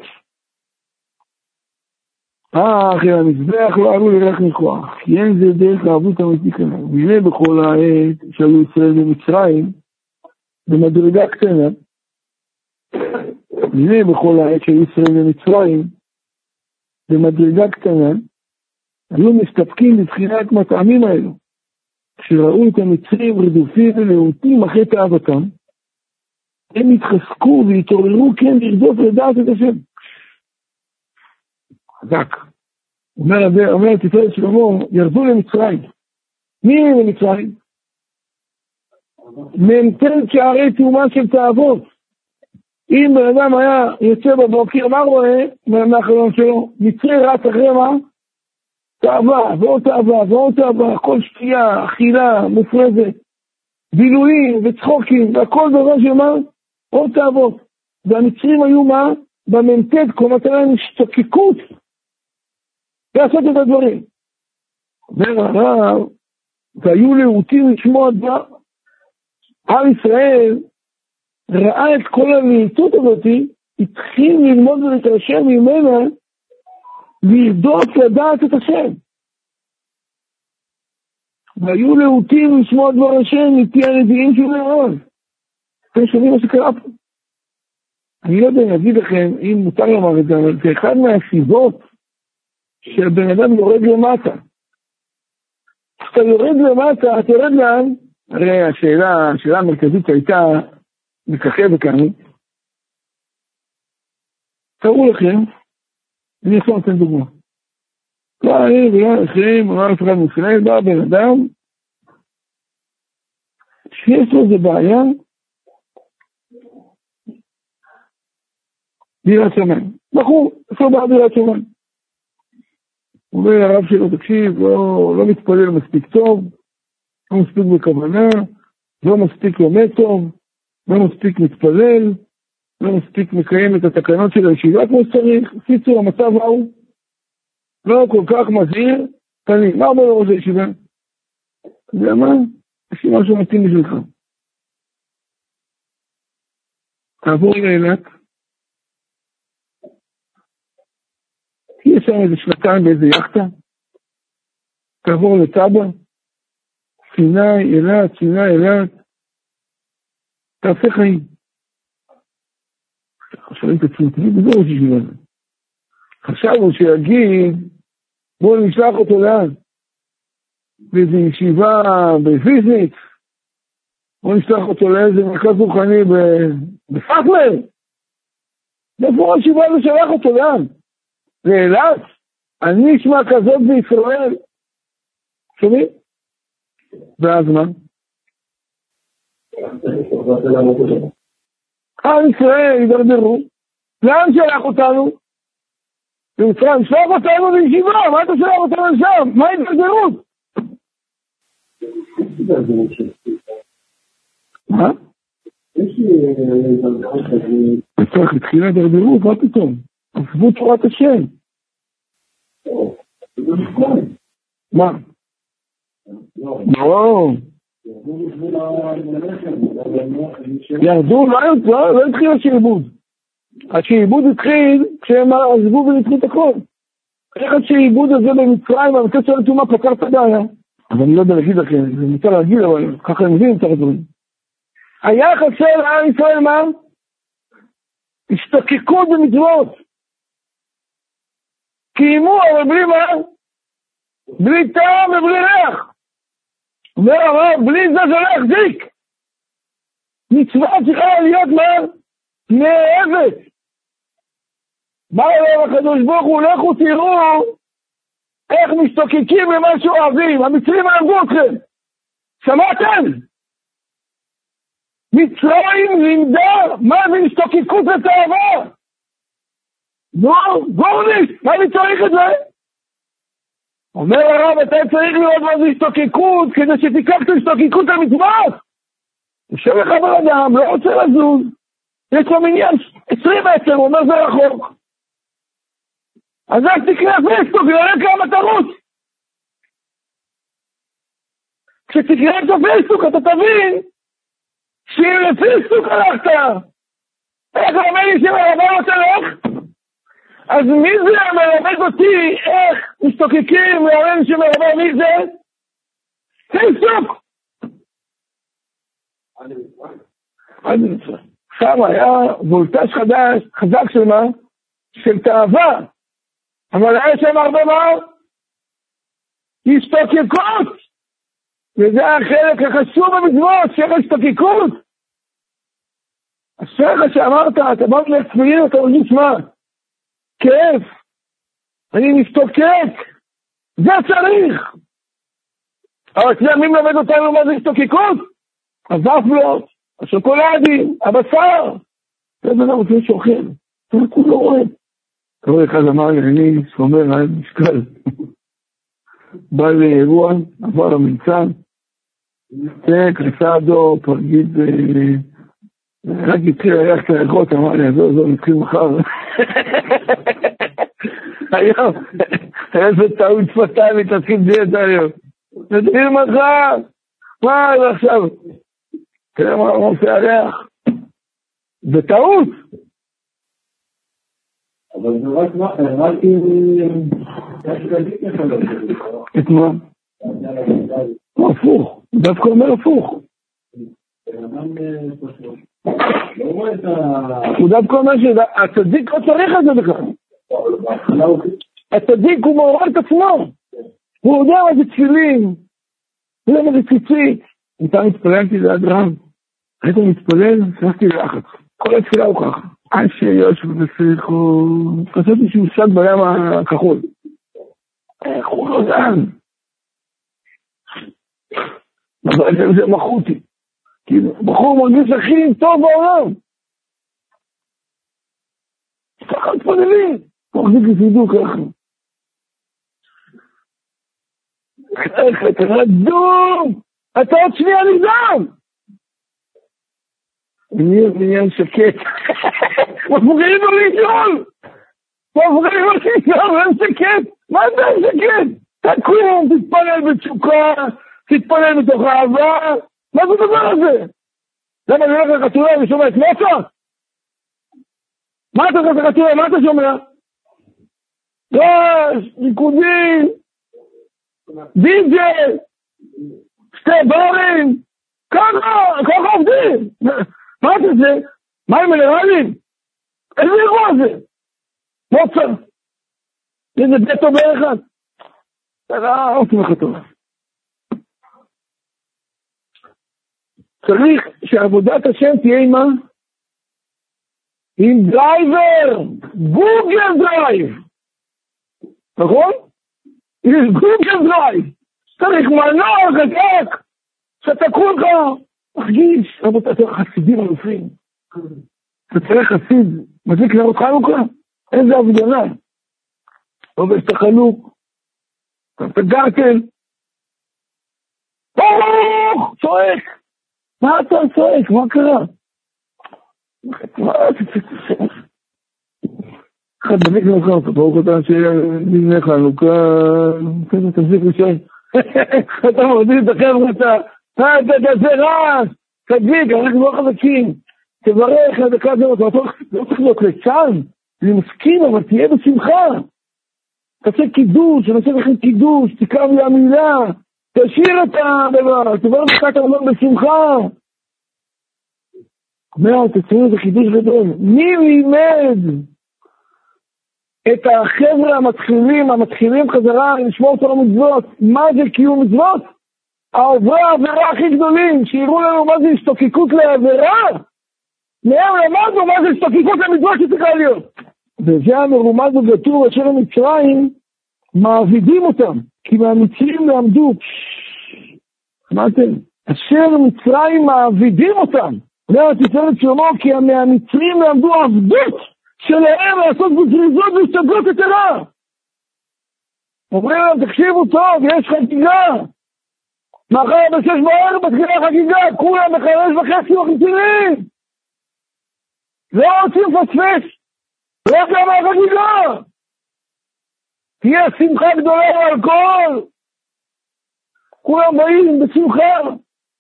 אחרי המזבח לא עלו לרח מכוח, כי אין זה דרך העבדות האמיתית כאן. והנה בכל העת שהיו ישראל במצרים, במדרגה קטנה, היו מסתפקים בבחינת מטעמים האלו. כשראו את המצרים רדופים ולהוטים אחרי תאוותם, הם התחזקו והתעוררו כן לרדוף לדעת את השם. חזק. אומר תפארת שלמה, ירדו למצרים. מי הם למצרים? מ"ט שערי תאומה של תאוות. אם בן אדם היה יוצא בבוקר, מה רואה מהחלום שלו? מצרי רץ אחרי מה? תאווה, ועוד תאווה, ועוד תאווה, כל שתייה, אכילה, מופרזת, בילויים וצחוקים, והכל דבר שמה? עוד תאוות. והמצרים היו מה? במ"ט, כלומר להם השתוקקות לעשות את הדברים. אומר הרב, והיו להוטים לשמוע דבר. עם ישראל ראה את כל המעיטות הזאת, התחיל ללמוד ולהתרשם ממנה, לרדוף לדעת את השם. והיו להוטים לשמוע דבר השם מפי הנביאים של הרב. אתם שומעים מה שקרה פה? אני לא יודע אם אגיד לכם, אם מותר לומר את זה, אבל זה אחד מהסיבות שהבן אדם יורד למטה. כשאתה יורד למטה, אתה יורד לאן? הרי השאלה המרכזית הייתה מככבת כאן. תראו לכם, אני יכול לתת דוגמה. לא, אני ולא אחרים, אמר לפרד מישראל, בא בן אדם, שיש לו איזה בעיה, דירת שמיים. בחור, עשו בה דירת שמיים. הוא אומר לרב שלו, תקשיב, לא מתפלל מספיק טוב, לא מספיק בכוונה, לא מספיק לומד טוב, לא מספיק מתפלל, לא מספיק מקיים את התקנות של הישיבה כמו שצריך. קיצור, המצב הוא לא כל כך מזהיר, תני, מה אומר לו ראש הישיבה? אתה יודע מה? יש לי משהו מתאים בשבילך. תעבור לאילת, תהיה שם איזה שנתיים באיזה יחטה, תעבור לטאבה, סיני, אילת, תעשה חיים. שואלים את עצמי, וזה ראש ישיבה. חשבנו שיגיד, בואו נשלח אותו לאן. באיזו ישיבה בפיזית, בואו נשלח אותו לאיזה מרכז רוחני בפאקלר. איפה הישיבה הזו שלח אותו לאן? לאילת? אני אשמע כזאת בישראל. שומעים? ואז מה? עם ישראל ידרדרו. לאן שלח אותנו? למצרים, שלח אותנו לישיבה, מה אתה שלח אותנו לשם? מה ידרדרות? מה? צריך התחילה ידרדרות, מה פתאום? עזבו תורת השם. מה? לא. ירדו, לא התחיל השעבוד. השעבוד התחיל כשהם עזבו ונתחו את הכל. איך השעבוד הזה במצרים, המצב של התאומה פתר את הבעיה. אז אני לא יודע להגיד לכם, זה מוצא להגיד, אבל ככה הם מבינים את הדברים. היה חסר לעם ישראל מה? השתוקקות במצוות. קיימו, אבל בלי מה? בלי טעם ובלי ריח. אומר הרב, בלי זה לא יחזיק. מצווה צריכה להיות מה? נאהבת. מה אומר הקדוש ברוך הוא? לכו תראו איך משתוקקים למה שאוהבים. המצרים אהבו אתכם. שמעתם? מצרים לימדה מה זה משתוקקות לתאווה. גורניש, מה אני צריך את זה? אומר הרב, אתה צריך לראות מה זה השתוקקות, כדי שתיקח את השתוקקות למצוות. יושב לך בן-אדם, לא רוצה לזוז, יש לו מניין 20 מטר, הוא אומר זה רחוק. אז איך תקרא פייסבוק, נראה כמה תרוץ. כשתקרא את הפייסבוק, אתה תבין שאם לפייסבוק הלכת, איך אומר לי שמרבה רוצה לך? אז מי זה מלמד אותי איך משתוקקים להראה שמרבה מי זה? פייסבוק! שם היה וולטאז' חזק של מה? של תאווה. אבל היה שם הרבה מה? השתוקקות! וזה החלק החשוב במצוות, שיש השתוקקות. השאלה שאמרת, אתה בא להצמיין, אתה מרגיש מה? כיף, אני משתוקק, זה צריך. אבל מי מלמד אותנו מה זה השתוקקות? הוואפלות, השוקולדים, הבשר. זה בן אדם רוצה שאוכל, זה כולו רואה. קורא אחד אמר לי, אני שומר על משקל. בא לאירוע, עבר למנצן, כניסה הדור, פרגיד, רק התחיל ללכת לאכות, אמר לי, זו, נתחיל מחר. היום, איזה טעות שפתיים, תתחיל דיאטה היום. נתחיל מחר, מה זה עכשיו? תראה מה עושה הריח. זה טעות. אבל זה רק אם... את מה? הפוך, דווקא אומר הפוך. הוא דווקא אומר שהצדיק לא צריך את זה בכלל. הצדיק הוא מעורר את עצמו. הוא יודע מה זה תפילין. הוא יודע מה זה ציצית. איתה מתפללתי ליד רב. הייתי מתפלל, נכנסתי לאחת. כל התפילה הוא ככה. אנשי יושב וסליחו. חשבתי שהוא שד בים הכחול. איך הוא לא זן? אבל זה מחותי. בחור מרגיש הכי טוב בעולם. ככה מתפללים. מחזיק לסידור ככה. איך אתה רדום? אתה עוד שנייה נזם. עניין שקט. מפוגעים לו לישון. מפוגעים לו לישון, אין שקט. מה זה אין שקט? תקום, תתפלל בתשוקה, תתפלל בתוך אהבה. מה זה הדבר הזה? למה אני הולך לחתולה ושומע את מוצא? מה אתה הולך לחתולה? מה אתה שומע? רעש, ריקודים, די-ג'יי, שתי ברים, ככה עובדים. מה זה? מים מינרלים? איזה אירוע זה? מוצר. איזה בית טוב אחד. לא תמך טוב. צריך שעבודת השם תהיה עם מה? עם דרייבר, גוגל דרייב. נכון? יש גוגל דרייב. צריך מנוע חזק, שתקעו לך. תרגיש, רבותיי, אתם חסידים אלופים. אתה צריך חסיד, מדליק נרות חנוכה? איזה הפגנה. עובד את החלוק, את הגרטל. צועק. מה אתה צועק? מה קרה? אחד דמיק נוחה, ברוך אותה שנבנה חנוכה, תמשיך לשאול. אתה מודיע את החבר'ה, אתה תעשה רעש, תדליק, אנחנו לא חזקים, תברך, הדקה הזאת, לא צריך להיות ליצן, אני מסכים, אבל תהיה בשמחה. תעשה קידוש, אני עושה לכם קידוש, תקרב לי המילה, תשאיר את הדבר, תבר בקעת העולם בשמחה. אומר, תצאו איזה חידוש גדול. מי לימד את החבר'ה המתחילים חזרה לשמור אותו למצוות? מה זה קיום מצוות? העוברי העבירה הכי גדולים, שיראו לנו מה זה השתוקקות לעבירה, מהם למדנו מה זה השתוקקות למצוות שצריכה להיות. וזה המרומז בגטור אשר המצרים מעבידים אותם, כי מהמצרים למדו. שמעתם? אשר מצרים מעבידים אותם. אומר תפארת שלמה, כי מהמצרים למדו עבדות שלהם לעשות בזריזות והשתגעות יתרה. אומרים להם, תקשיבו טוב, יש חגיגה. מחר ב6 בערב מתחילה חגיגה, כולם ב5:30 מחצינים. לא רוצים לפספס. לא כמה חגיגה. תהיה שמחה גדולה על כל. כולם באים בשמחה.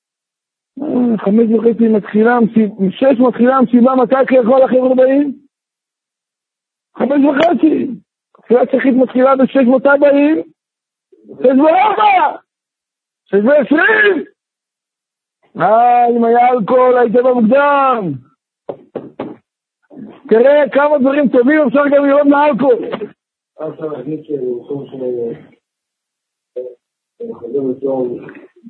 5:30 מתחילה, 6 מתחילה מסיבה, מתי כל החבר'ה באים? 5:30. תפילת שחרית מתחילה ב6, מתי באים? 6:04. 6:20. אם היה אלכוהול היית במוקדם. תראה כמה דברים טובים אפשר גם לראות מהאלכוהול. אפשר להגיד שהוא חוזר לצור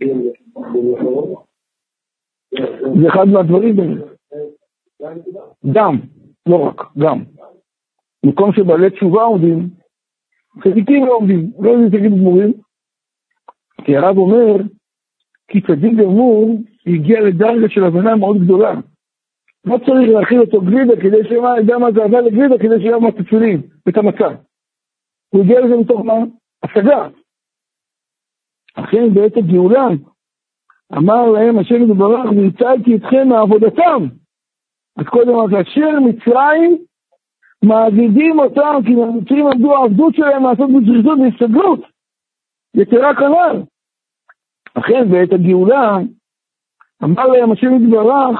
זה אחד מהדברים באמת. דם, לא רק, דם. מקום שבעלי תשובה עומדים, צדיקים לא עומדים, לא יודעים תגיד גמורים. כי הרב אומר, כי צדיק גמור הגיע לדרגה של הבנה מאוד גדולה. לא צריך להכיל אותו גלידה כדי שימה, ידע מה זה עבר לגלידה כדי שיהיה מה תפילין, את המצב. הוא הגיע לזה מתוך מה? השגה. אכן בעת הגאולה, אמר להם השם יתברך, והצלתי אתכם מעבודתם. אז קודם אז אשר מצרים מעבידים אותם, כי המצרים עמדו העבדות שלהם לעשות בזריזות והסתגלות. יתרה כנ"ל. אכן בעת הגאולה, אמר להם השם יתברך,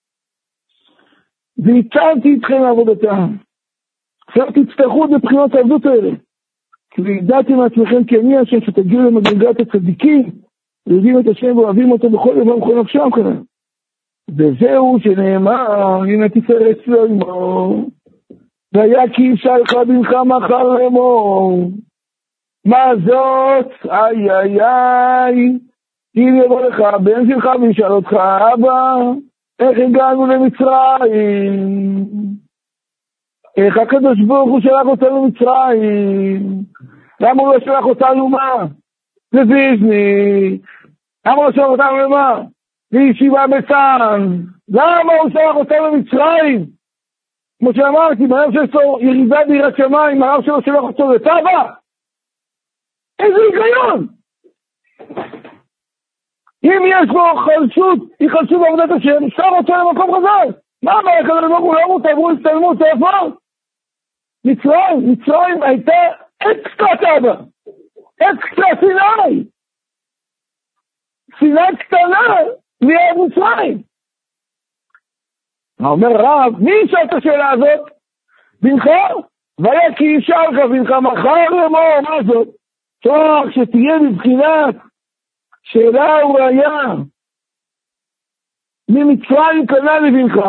והצלתי אתכם מעבודתם. עכשיו תצטרכו בבחינות העבדות האלה. כי וידעתם מעצמכם כי אני השם שתגיעו למדרגת הצדיקים, ויודעים את השם ואוהבים אותו בכל דבר ובכל נפשם כנראה. וזהו שנאמר, הנה תפארת שלמה, והיה כי אפשר לך בנך מחר לאמור. מה זאת? איי איי איי, אם יבוא לך בן שלך וישאל אותך, אבא, איך הגענו למצרים? איך הקדוש ברוך הוא שלח אותנו למצרים? למה הוא לא שלח אותנו מה? לוויז'ניץ. למה הוא לא שלח אותנו למה? לישיבה בצאן. למה הוא שלח אותנו למצרים? כמו שאמרתי, מהר שיש לו ירידה ביראת שמיים, מהר שלו שלח אותו לטבע. איזה היגיון! אם יש לו חלשות, היא חלשות בעבודת השם, שר אותו למקום חזק. מה אמר הקדוש ברוך הוא? לא תעברו הסתלמות, איפה? מצרים הייתה אקסטרה טבע, אקסטרה סיני קטנה ליד מצרים. אומר רב, מי ישאל את השאלה הזאת? בנך? והיה כי ישאל לך בנך מחר לאמור, מה זאת? תוך שתהיה בבחינת שאלה וראיה ממצרים קנה לבנך,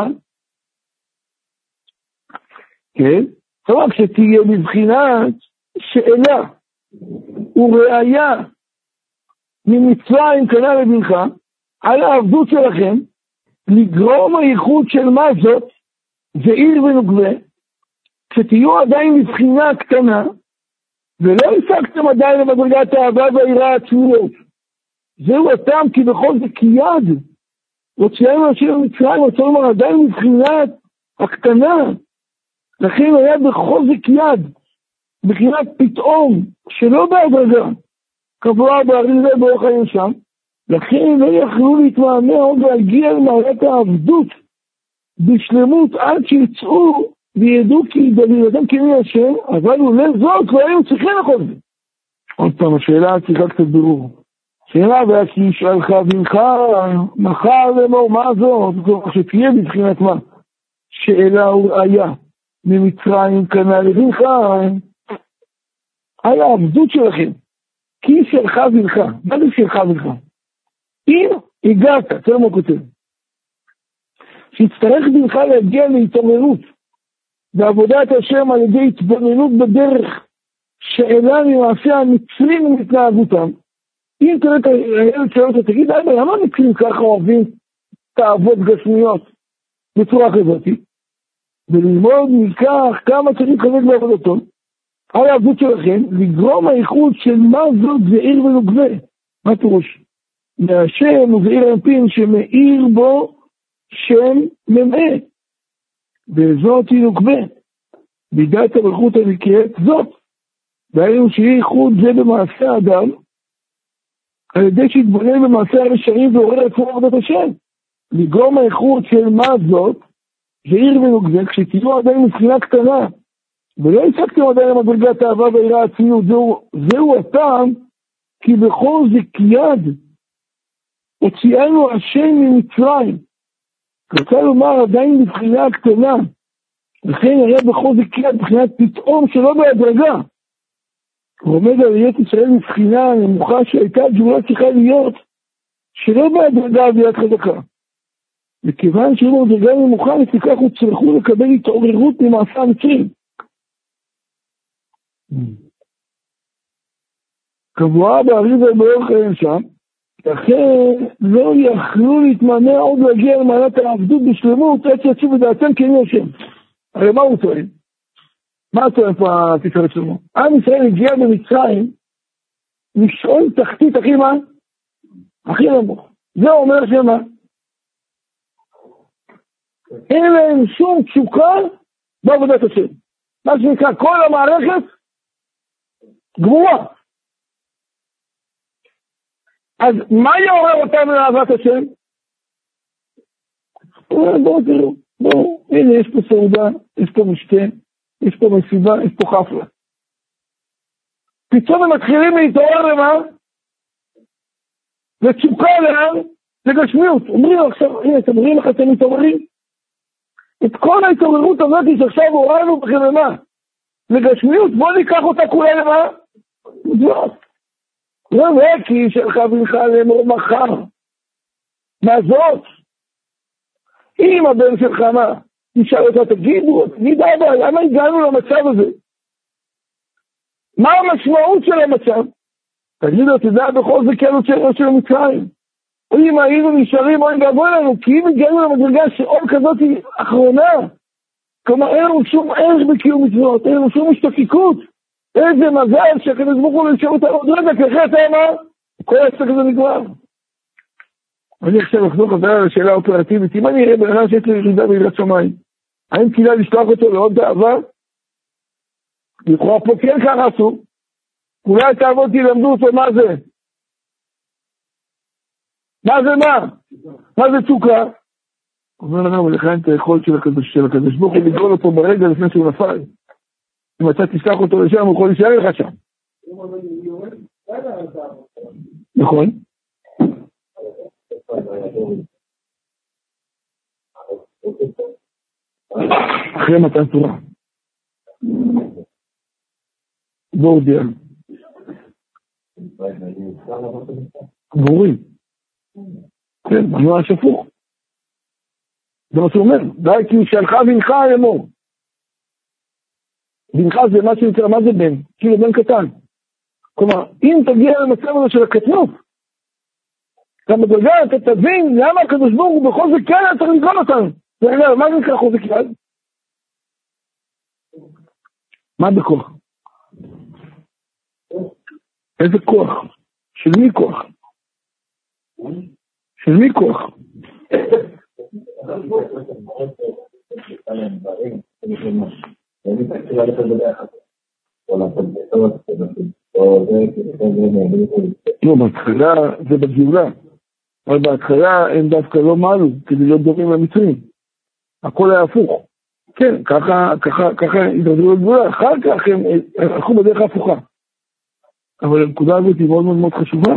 כן? תוך שתהיה בבחינת שאלה וראיה ממצרים קנה לבנך על העבדות שלכם, לגרום הייחוד של מה זאת, זעיר ונוגבה, כשתהיו עדיין מבחינה קטנה, ולא השגתם עדיין למדרגת האהבה והיראה העצמיות. זהו הטעם כי בכל זה כיד, הוציאנו אנשים למצרים, רוצה לומר עדיין מבחינת הקטנה, לכן היה בכל זה כיד, מבחינת פתאום, שלא בהדרגה, קבוע באריזה באורח חיים שם, לכן לא יכלו להתמהמה עוד להגיע למעלת העבדות בשלמות עד שיצאו וידעו כי דלילתם כמי השם, אבל אולי זאת לא היו צריכים לכל זה. עוד פעם, השאלה צריכה קצת ברור. שאלה והכי ישאלך בנך מחר לאמור מה זאת, שתהיה בבחינת מה? שאלה וראיה ממצרים קנה לבנך על העבדות שלכם, כי שלך בנך. מה זה שלך בנך? אם הגעת, תראה מה כותב, שיצטרך בנך להגיע להתעוררות בעבודת השם על ידי התבוננות בדרך שאלה ממעשה המצרים ומתנהגותם. אם תראה את הילד שאלות, תגיד, למה המצרים ככה אוהבים תאוות גשמיות בצורה חברתית? וללמוד מכך כמה צריך להתחזק בעבודתו על העבדות שלכם, לגרום הייחוד של מה זאת זעיר ונוגבה. מה פירוש? מהשם וזעיר אנפין שמאיר בו שם ממאה, וזאת היא נוגבה, מידת המלכות הנקראת זאת. דהיינו שיהיה ייחוד זה במעשה האדם, על ידי שיתבונן במעשה הרשעים ועורר עצמו עבודת השם. לגרום הייחוד של מה זאת, זעיר ונוגבה, כשתהיו עדיין מבחינה קטנה, ולא השגתם עדיין למדרגת האהבה והיראה העצמיות, זהו הטעם, כי בכל זה כיד, הוציאנו השם ממצרים. רוצה לומר עדיין מבחינה קטנה, לכן היה בכל זה כיד, מבחינת פתאום שלא בהדרגה. הוא עומד על להיות ישראל מבחינה נמוכה שהייתה גאולה צריכה להיות, שלא בהדרגה ביד חזקה. מכיוון שהוא בהדרגה נמוכה, לפיכך הוא צריכו לקבל התעוררות ממעשה המצרים. קבועה באריזה באורח חיים שם, לכן לא יכלו להתמהמה עוד להגיע למעלת העבדות בשלמות, עד שיצאו בדעתם כמי השם. הרי מה הוא טוען? מה טוען פה התפארת שלו? עם ישראל הגיע במצרים לשאול תחתית הכי מה? הכי נמוך. זה אומר שמה? אין להם שום תשוקה בעבודת השם. מה שנקרא, כל המערכת גמורה. אז מה יעורר אותם לאהבת השם? בואו תראו, בואו, הנה יש פה סעודה, יש פה משתה, יש פה מסיבה, יש פה חפלה. פתאום הם מתחילים להתעורר למה? לתשוקה לאן? לגשמיות. אומרים עכשיו, הנה, אתם אומרים לך, אתם מתעוררים? את כל ההתעוררות הזאת שעכשיו הורדנו בכם למה? לגשמיות, בואו ניקח אותה כולה למה? זאת. לא כי שלך בנך לאמור מחר. מה זאת? אם הבן שלך מה? נשאל אותה, תגיד אבא, למה הגענו למצב הזה? מה המשמעות של המצב? תגיד לו, תדע בכל זה כאלו של מצרים. או אם היינו נשארים, או אם גבו לנו, כי אם הגענו למדרגה שעול כזאת היא אחרונה, כלומר אין לנו שום ערך בקיום מצוות, אין לנו שום השתוקקות. איזה מזל שהקדוש ברוך הוא נשאר אותה עוד רגע, ככה אתה אמר, כל העסק הזה נגמר. אני עכשיו לחזור חזרה על השאלה האופרטיבית, אם אני אראה בן שיש לי ירידה ביראת שמיים, האם כדאי לשלוח אותו לעוד תאווה? לכאורה פה כן ככה עשו, אולי תאוות ילמדו אותו מה זה? מה זה מה? מה זה תשוקה? אומר לנו, לכן את היכולת של הקדוש ברוך הוא לגרול אותו ברגע לפני שהוא נפל. אם אתה תשלח אותו לשם, הוא יכול להישאר לך שם. נכון? אחרי מתן תורה. והודיע. גבורים. כן, מנוע שפוך. זה מה שהוא אומר. די כי שלך בנך לאמור. בנך זה מה שנקרא, מה זה בן? כאילו בן קטן. כלומר, אם תגיע למצב הזה של הקטנות, אתה מדרגה, אתה תבין למה הקדוש ברוך הוא בכל זה כן צריך לגרום אותנו. מה זה נקרא חוזק יד? מה בכוח? איזה כוח? של מי כוח? של מי כוח? לא, בהתחלה זה בגאולה, אבל בהתחלה הם דווקא לא מעלו כדי להיות דומים למצרים. הכל היה הפוך. כן, ככה התרדו לגאולה, אחר כך הם הלכו בדרך ההפוכה. אבל הנקודה הזאת היא מאוד מאוד מאוד חשובה.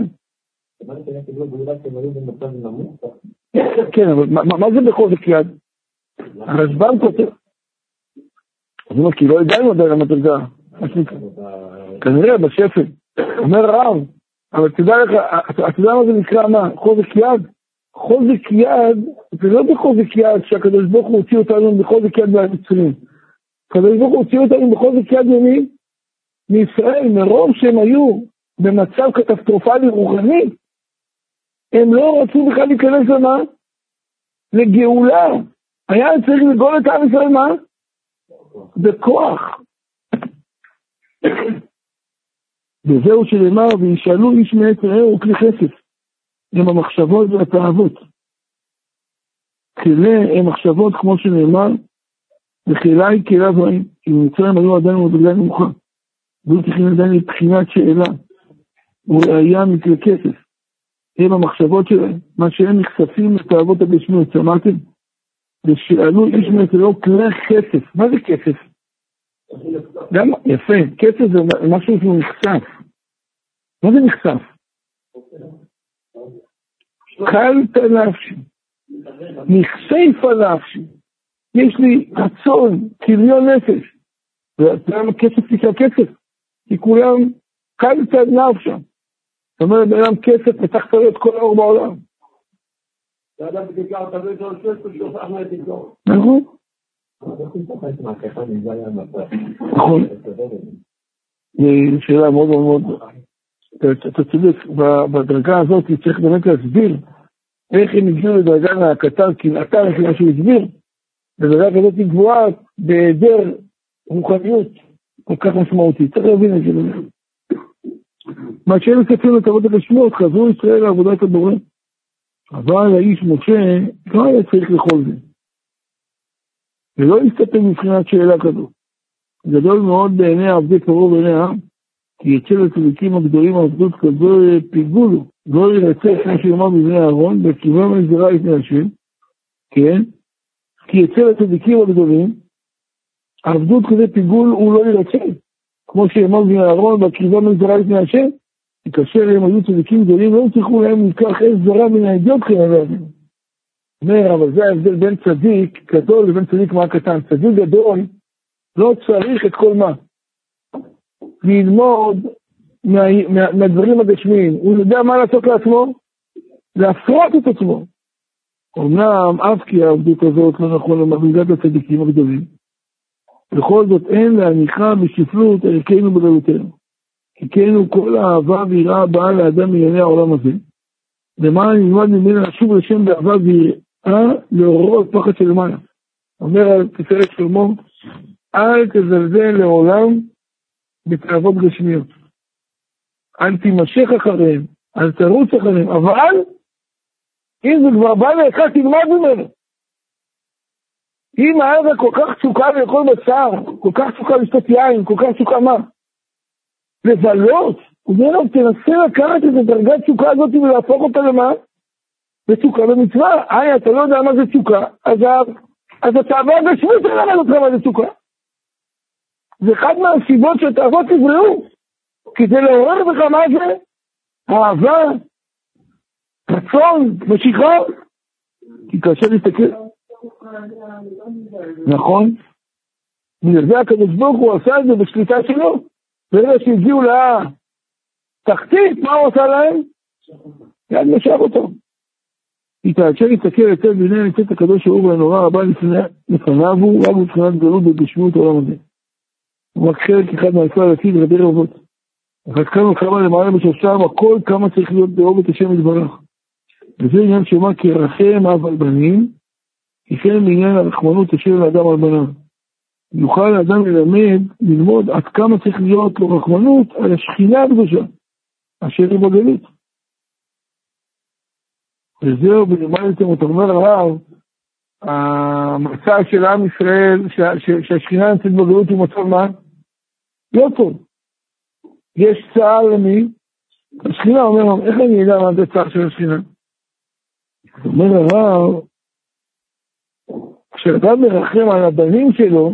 כן, אבל מה זה בחוזק יד? הרשב"ם כותב. זאת אומרת, כי לא ידענו עדיין המדרגה. כנראה בשפל. אומר רב, אבל תדע לך, אתה יודע מה זה נקרא מה? חוזק יד? חוזק יד, זה לא בחוזק יד שהקדוש ברוך הוא הוציא אותנו בחוזק יד מהמצרים. הקדוש ברוך הוא הוציא אותנו בחוזק יד ממי? מישראל, מרוב שהם היו במצב קטסטרופלי רוחני, הם לא רצו בכלל להיכנס למה? לגאולה. היה צריך לגאול את עם ישראל מה? בכוח. וזהו שנאמר, וישאלו איש מעת רעהו וכלי חסף, הם המחשבות והתאוות. כלה הם מחשבות כמו שנאמר, וכלה היא כלה והאם, כי במצרים היו עדיין מדרגה נמוכה, והוא צריכים עדיין לבחינת שאלה, וראייה מכלי כסף. הם המחשבות שלהם, מה שהם נחשפים לתאוות הגשמיות, שמעתם? ושאלו איש מעת רעהו כלי חסף. מה זה כסף? גם יפה, כסף זה משהו שהוא נחשף. מה זה נחשף? קלת נפשי, נחשף נפשי, יש לי רצון, קריון נפש. ולמה כסף נקרא כסף? כי כולם קלת נפשם. זאת אומרת, בעולם כסף מתחת לו את כל האור בעולם. נכון? נכון. שאלה מאוד מאוד מאוד. אתה צודק, בדרגה הזאת צריך באמת להסביר איך הם הגיעו לדרגה מהקטן, קנאתה לפי מה שהוא הסביר, בדרגה כזאת היא גבוהה בהיעדר רוחניות כל כך משמעותית. צריך להבין את זה. מה שהם מסתכלים לתאוות הגשמיות, חזרו ישראל לעבודת הבורא. אבל האיש משה לא היה צריך לכל זה. ולא הסתפק מבחינת שאלה כזו. גדול מאוד בעיני עבדי קרוב בעיני העם, כי יצא לצדיקים הגדולים העבדות כזו פיגולו, לא ירצה כמו שאומר בבני אהרון, בקיבה מזרה לפני השם, כן? כי יצא לצדיקים הגדולים, העבדות כזה פיגול הוא לא ירצה, כמו שאומר בבני אהרון, בקיבה מזרה לפני השם, כי כאשר הם היו צדיקים גדולים, לא צריכו להם לקח אש זרה מן העדות כנראה. אומר, אבל זה ההבדל בין צדיק גדול לבין צדיק מה קטן. צדיק גדול לא צריך את כל מה. ללמוד מהדברים הגשמיים. הוא יודע מה לעשות לעצמו? להפרות את עצמו. אמנם אף כי העבדות הזאת לא נכון למדרגת הצדיקים הגדולים. בכל זאת אין להניחה בשפלות ערכנו בגלותנו. כי כן הוא כל האהבה ויראה הבאה לאדם מענייני העולם הזה. למען נלמד ממנו לשוב לשם באהבה ויראה לעוררו פחד של למעלה. אומר על תפארת שלמה, אל תזלזל לעולם בתאוות גשמיות. אל תימשך אחריהם, אל תרוץ אחריהם, אבל אם זה כבר בא לך, תלמד ממנו. אם היה זה כל כך תשוקה לאכול בשר, כל כך תשוקה לשתות יין, כל כך תשוקה מה? לבלות, אומר לו, תנסה לקחת את הדרגת תשוקה הזאת ולהפוך אותה למה? לתשוקה במצווה. אתה לא יודע מה זה תשוקה, אז התאווה הגשמית תלמד אותך מה זה תשוקה. זה אחד מהסיבות שהתאוות תבלעו, כדי לעורר בך מה זה? אהבה, רצון, משיכה. כי קשה להסתכל. נכון? בגלל זה הקדוש ברוך הוא עשה את זה בשליטה שלו. ואלה שהגיעו לתחתית, מה הוא עושה להם? יד ישב אותו. התעצר יתקר היטב ביני ניצת הקדוש ברוך הוא והנורא הבא לפניו הוא, רק מבחינת גלות ובשמות העולם הזה. הוא רק חלק אחד מהעצה העתיד רבי רבות. אחת כמה כמה למעלה בשושם, הכל כמה צריך להיות באהוב את השם יתברך. וזה עניין שאומר כי ירחם אב על בנים, כי כן בעניין הרחמנות אשר לאדם על בניו. יוכל האדם ללמוד עד כמה צריך להיות לו רחמנות על השכינה הקדושה, אשר היא בגלות. וזהו, ולמדתם אותו, אומר הרב, המצע של עם ישראל, שהשכינה נמצאת בגלות הוא מצב מה? לא טוב. יש צער למי? השכינה אומר, איך אני יודע מה זה צער של השכינה? אומר הרב, כשאדם מרחם על הבנים שלו,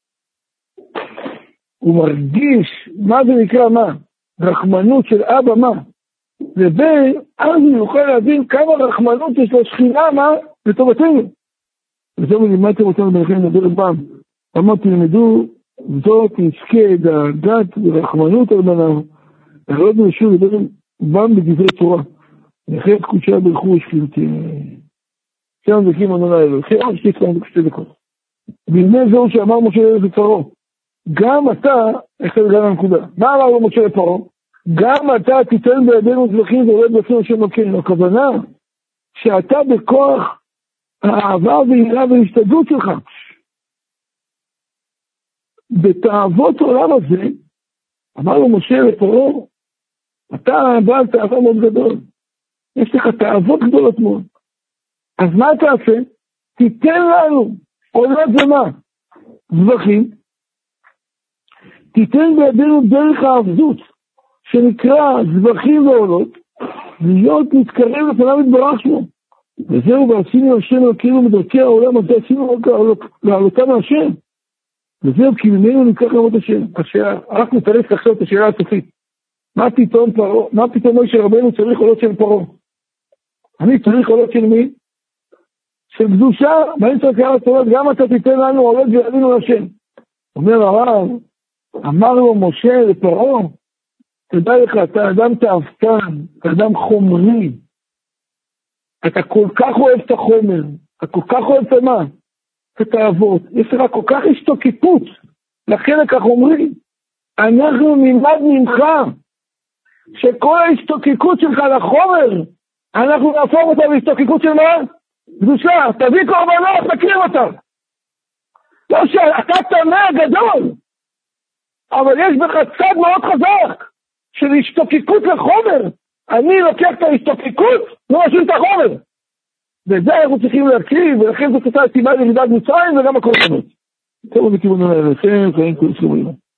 הוא מרגיש, מה זה נקרא מה? רחמנות של אבא מה? ובין, אז הוא יוכל להבין כמה רחמנות יש לשכינה מה? לטובתנו. וזהו לימדתם אותנו בנכם לדבר בם. אמרתי, למדו, זאת נזכה דאגת ורחמנות על בניו. הרדנו לשוב לדבר בם בדברי תורה. נחייב קודשה ברכו ושכינתי. שם דקים אדוני אלוהים. חייב שתיקם בשתי דקות. בימי זהו שאמר משה לפרעה. גם אתה, איך זה גם הנקודה. מה אמר לו משה לפרעה? גם אתה תיתן בידינו זבחים ועובד בפני השם אלוקינו. הכוונה שאתה בכוח האהבה והיראה וההשתדלות שלך בתאוות העולם הזה, אמר לו משה לפרעה, אתה בעל תאווה מאוד גדול, יש לך תאוות גדולות מאוד, אז מה תעשה? תיתן לנו עולות ומה? זבחים, תיתן בידינו דרך העבדות שנקרא זבחים ועולות, להיות מתקרב לפניו יתברך שמו. וזהו, ועשינו השם אלוקינו מדרכי העולם הזה, עשינו לעלותה מהשם. וזהו, כי ממנו ניקח לעמוד השם. רק נתרץ עכשיו את השאלה הסופית. מה פתאום משה רבנו צריך עולות של פרעה? אני צריך עולות של מי? של קדושה. ואני צריך לעלות עולות, גם אתה תיתן לנו עולות ויעלינו לשם. אומר הרב, אמר לו משה לפרעה, תדע לך, אתה אדם תאוותן, אתה אדם חומרי, אתה כל כך אוהב את החומר, אתה כל כך אוהב את מה? את התאוות, יש לך כל כך השתוקקות לחלק החומרי. אנחנו נלמד ממך שכל ההשתוקקות שלך לחומר, אנחנו נהפוך אותה בהשתוקקות של מה? קדושה, תביא קורבנות, תקריב אותה. לא שאתה תמה גדול, אבל יש בך צד מאוד חזק של השתוקקות לחומר. אני לוקח את ההשתוקקות, לא משאיר את החומר. וזה אנחנו צריכים להקריב, ולכן זאת הייתה סיבה לירידת מצרים וגם הקורבנות. טוב, בכיוון האלה, חיים כל שבועים.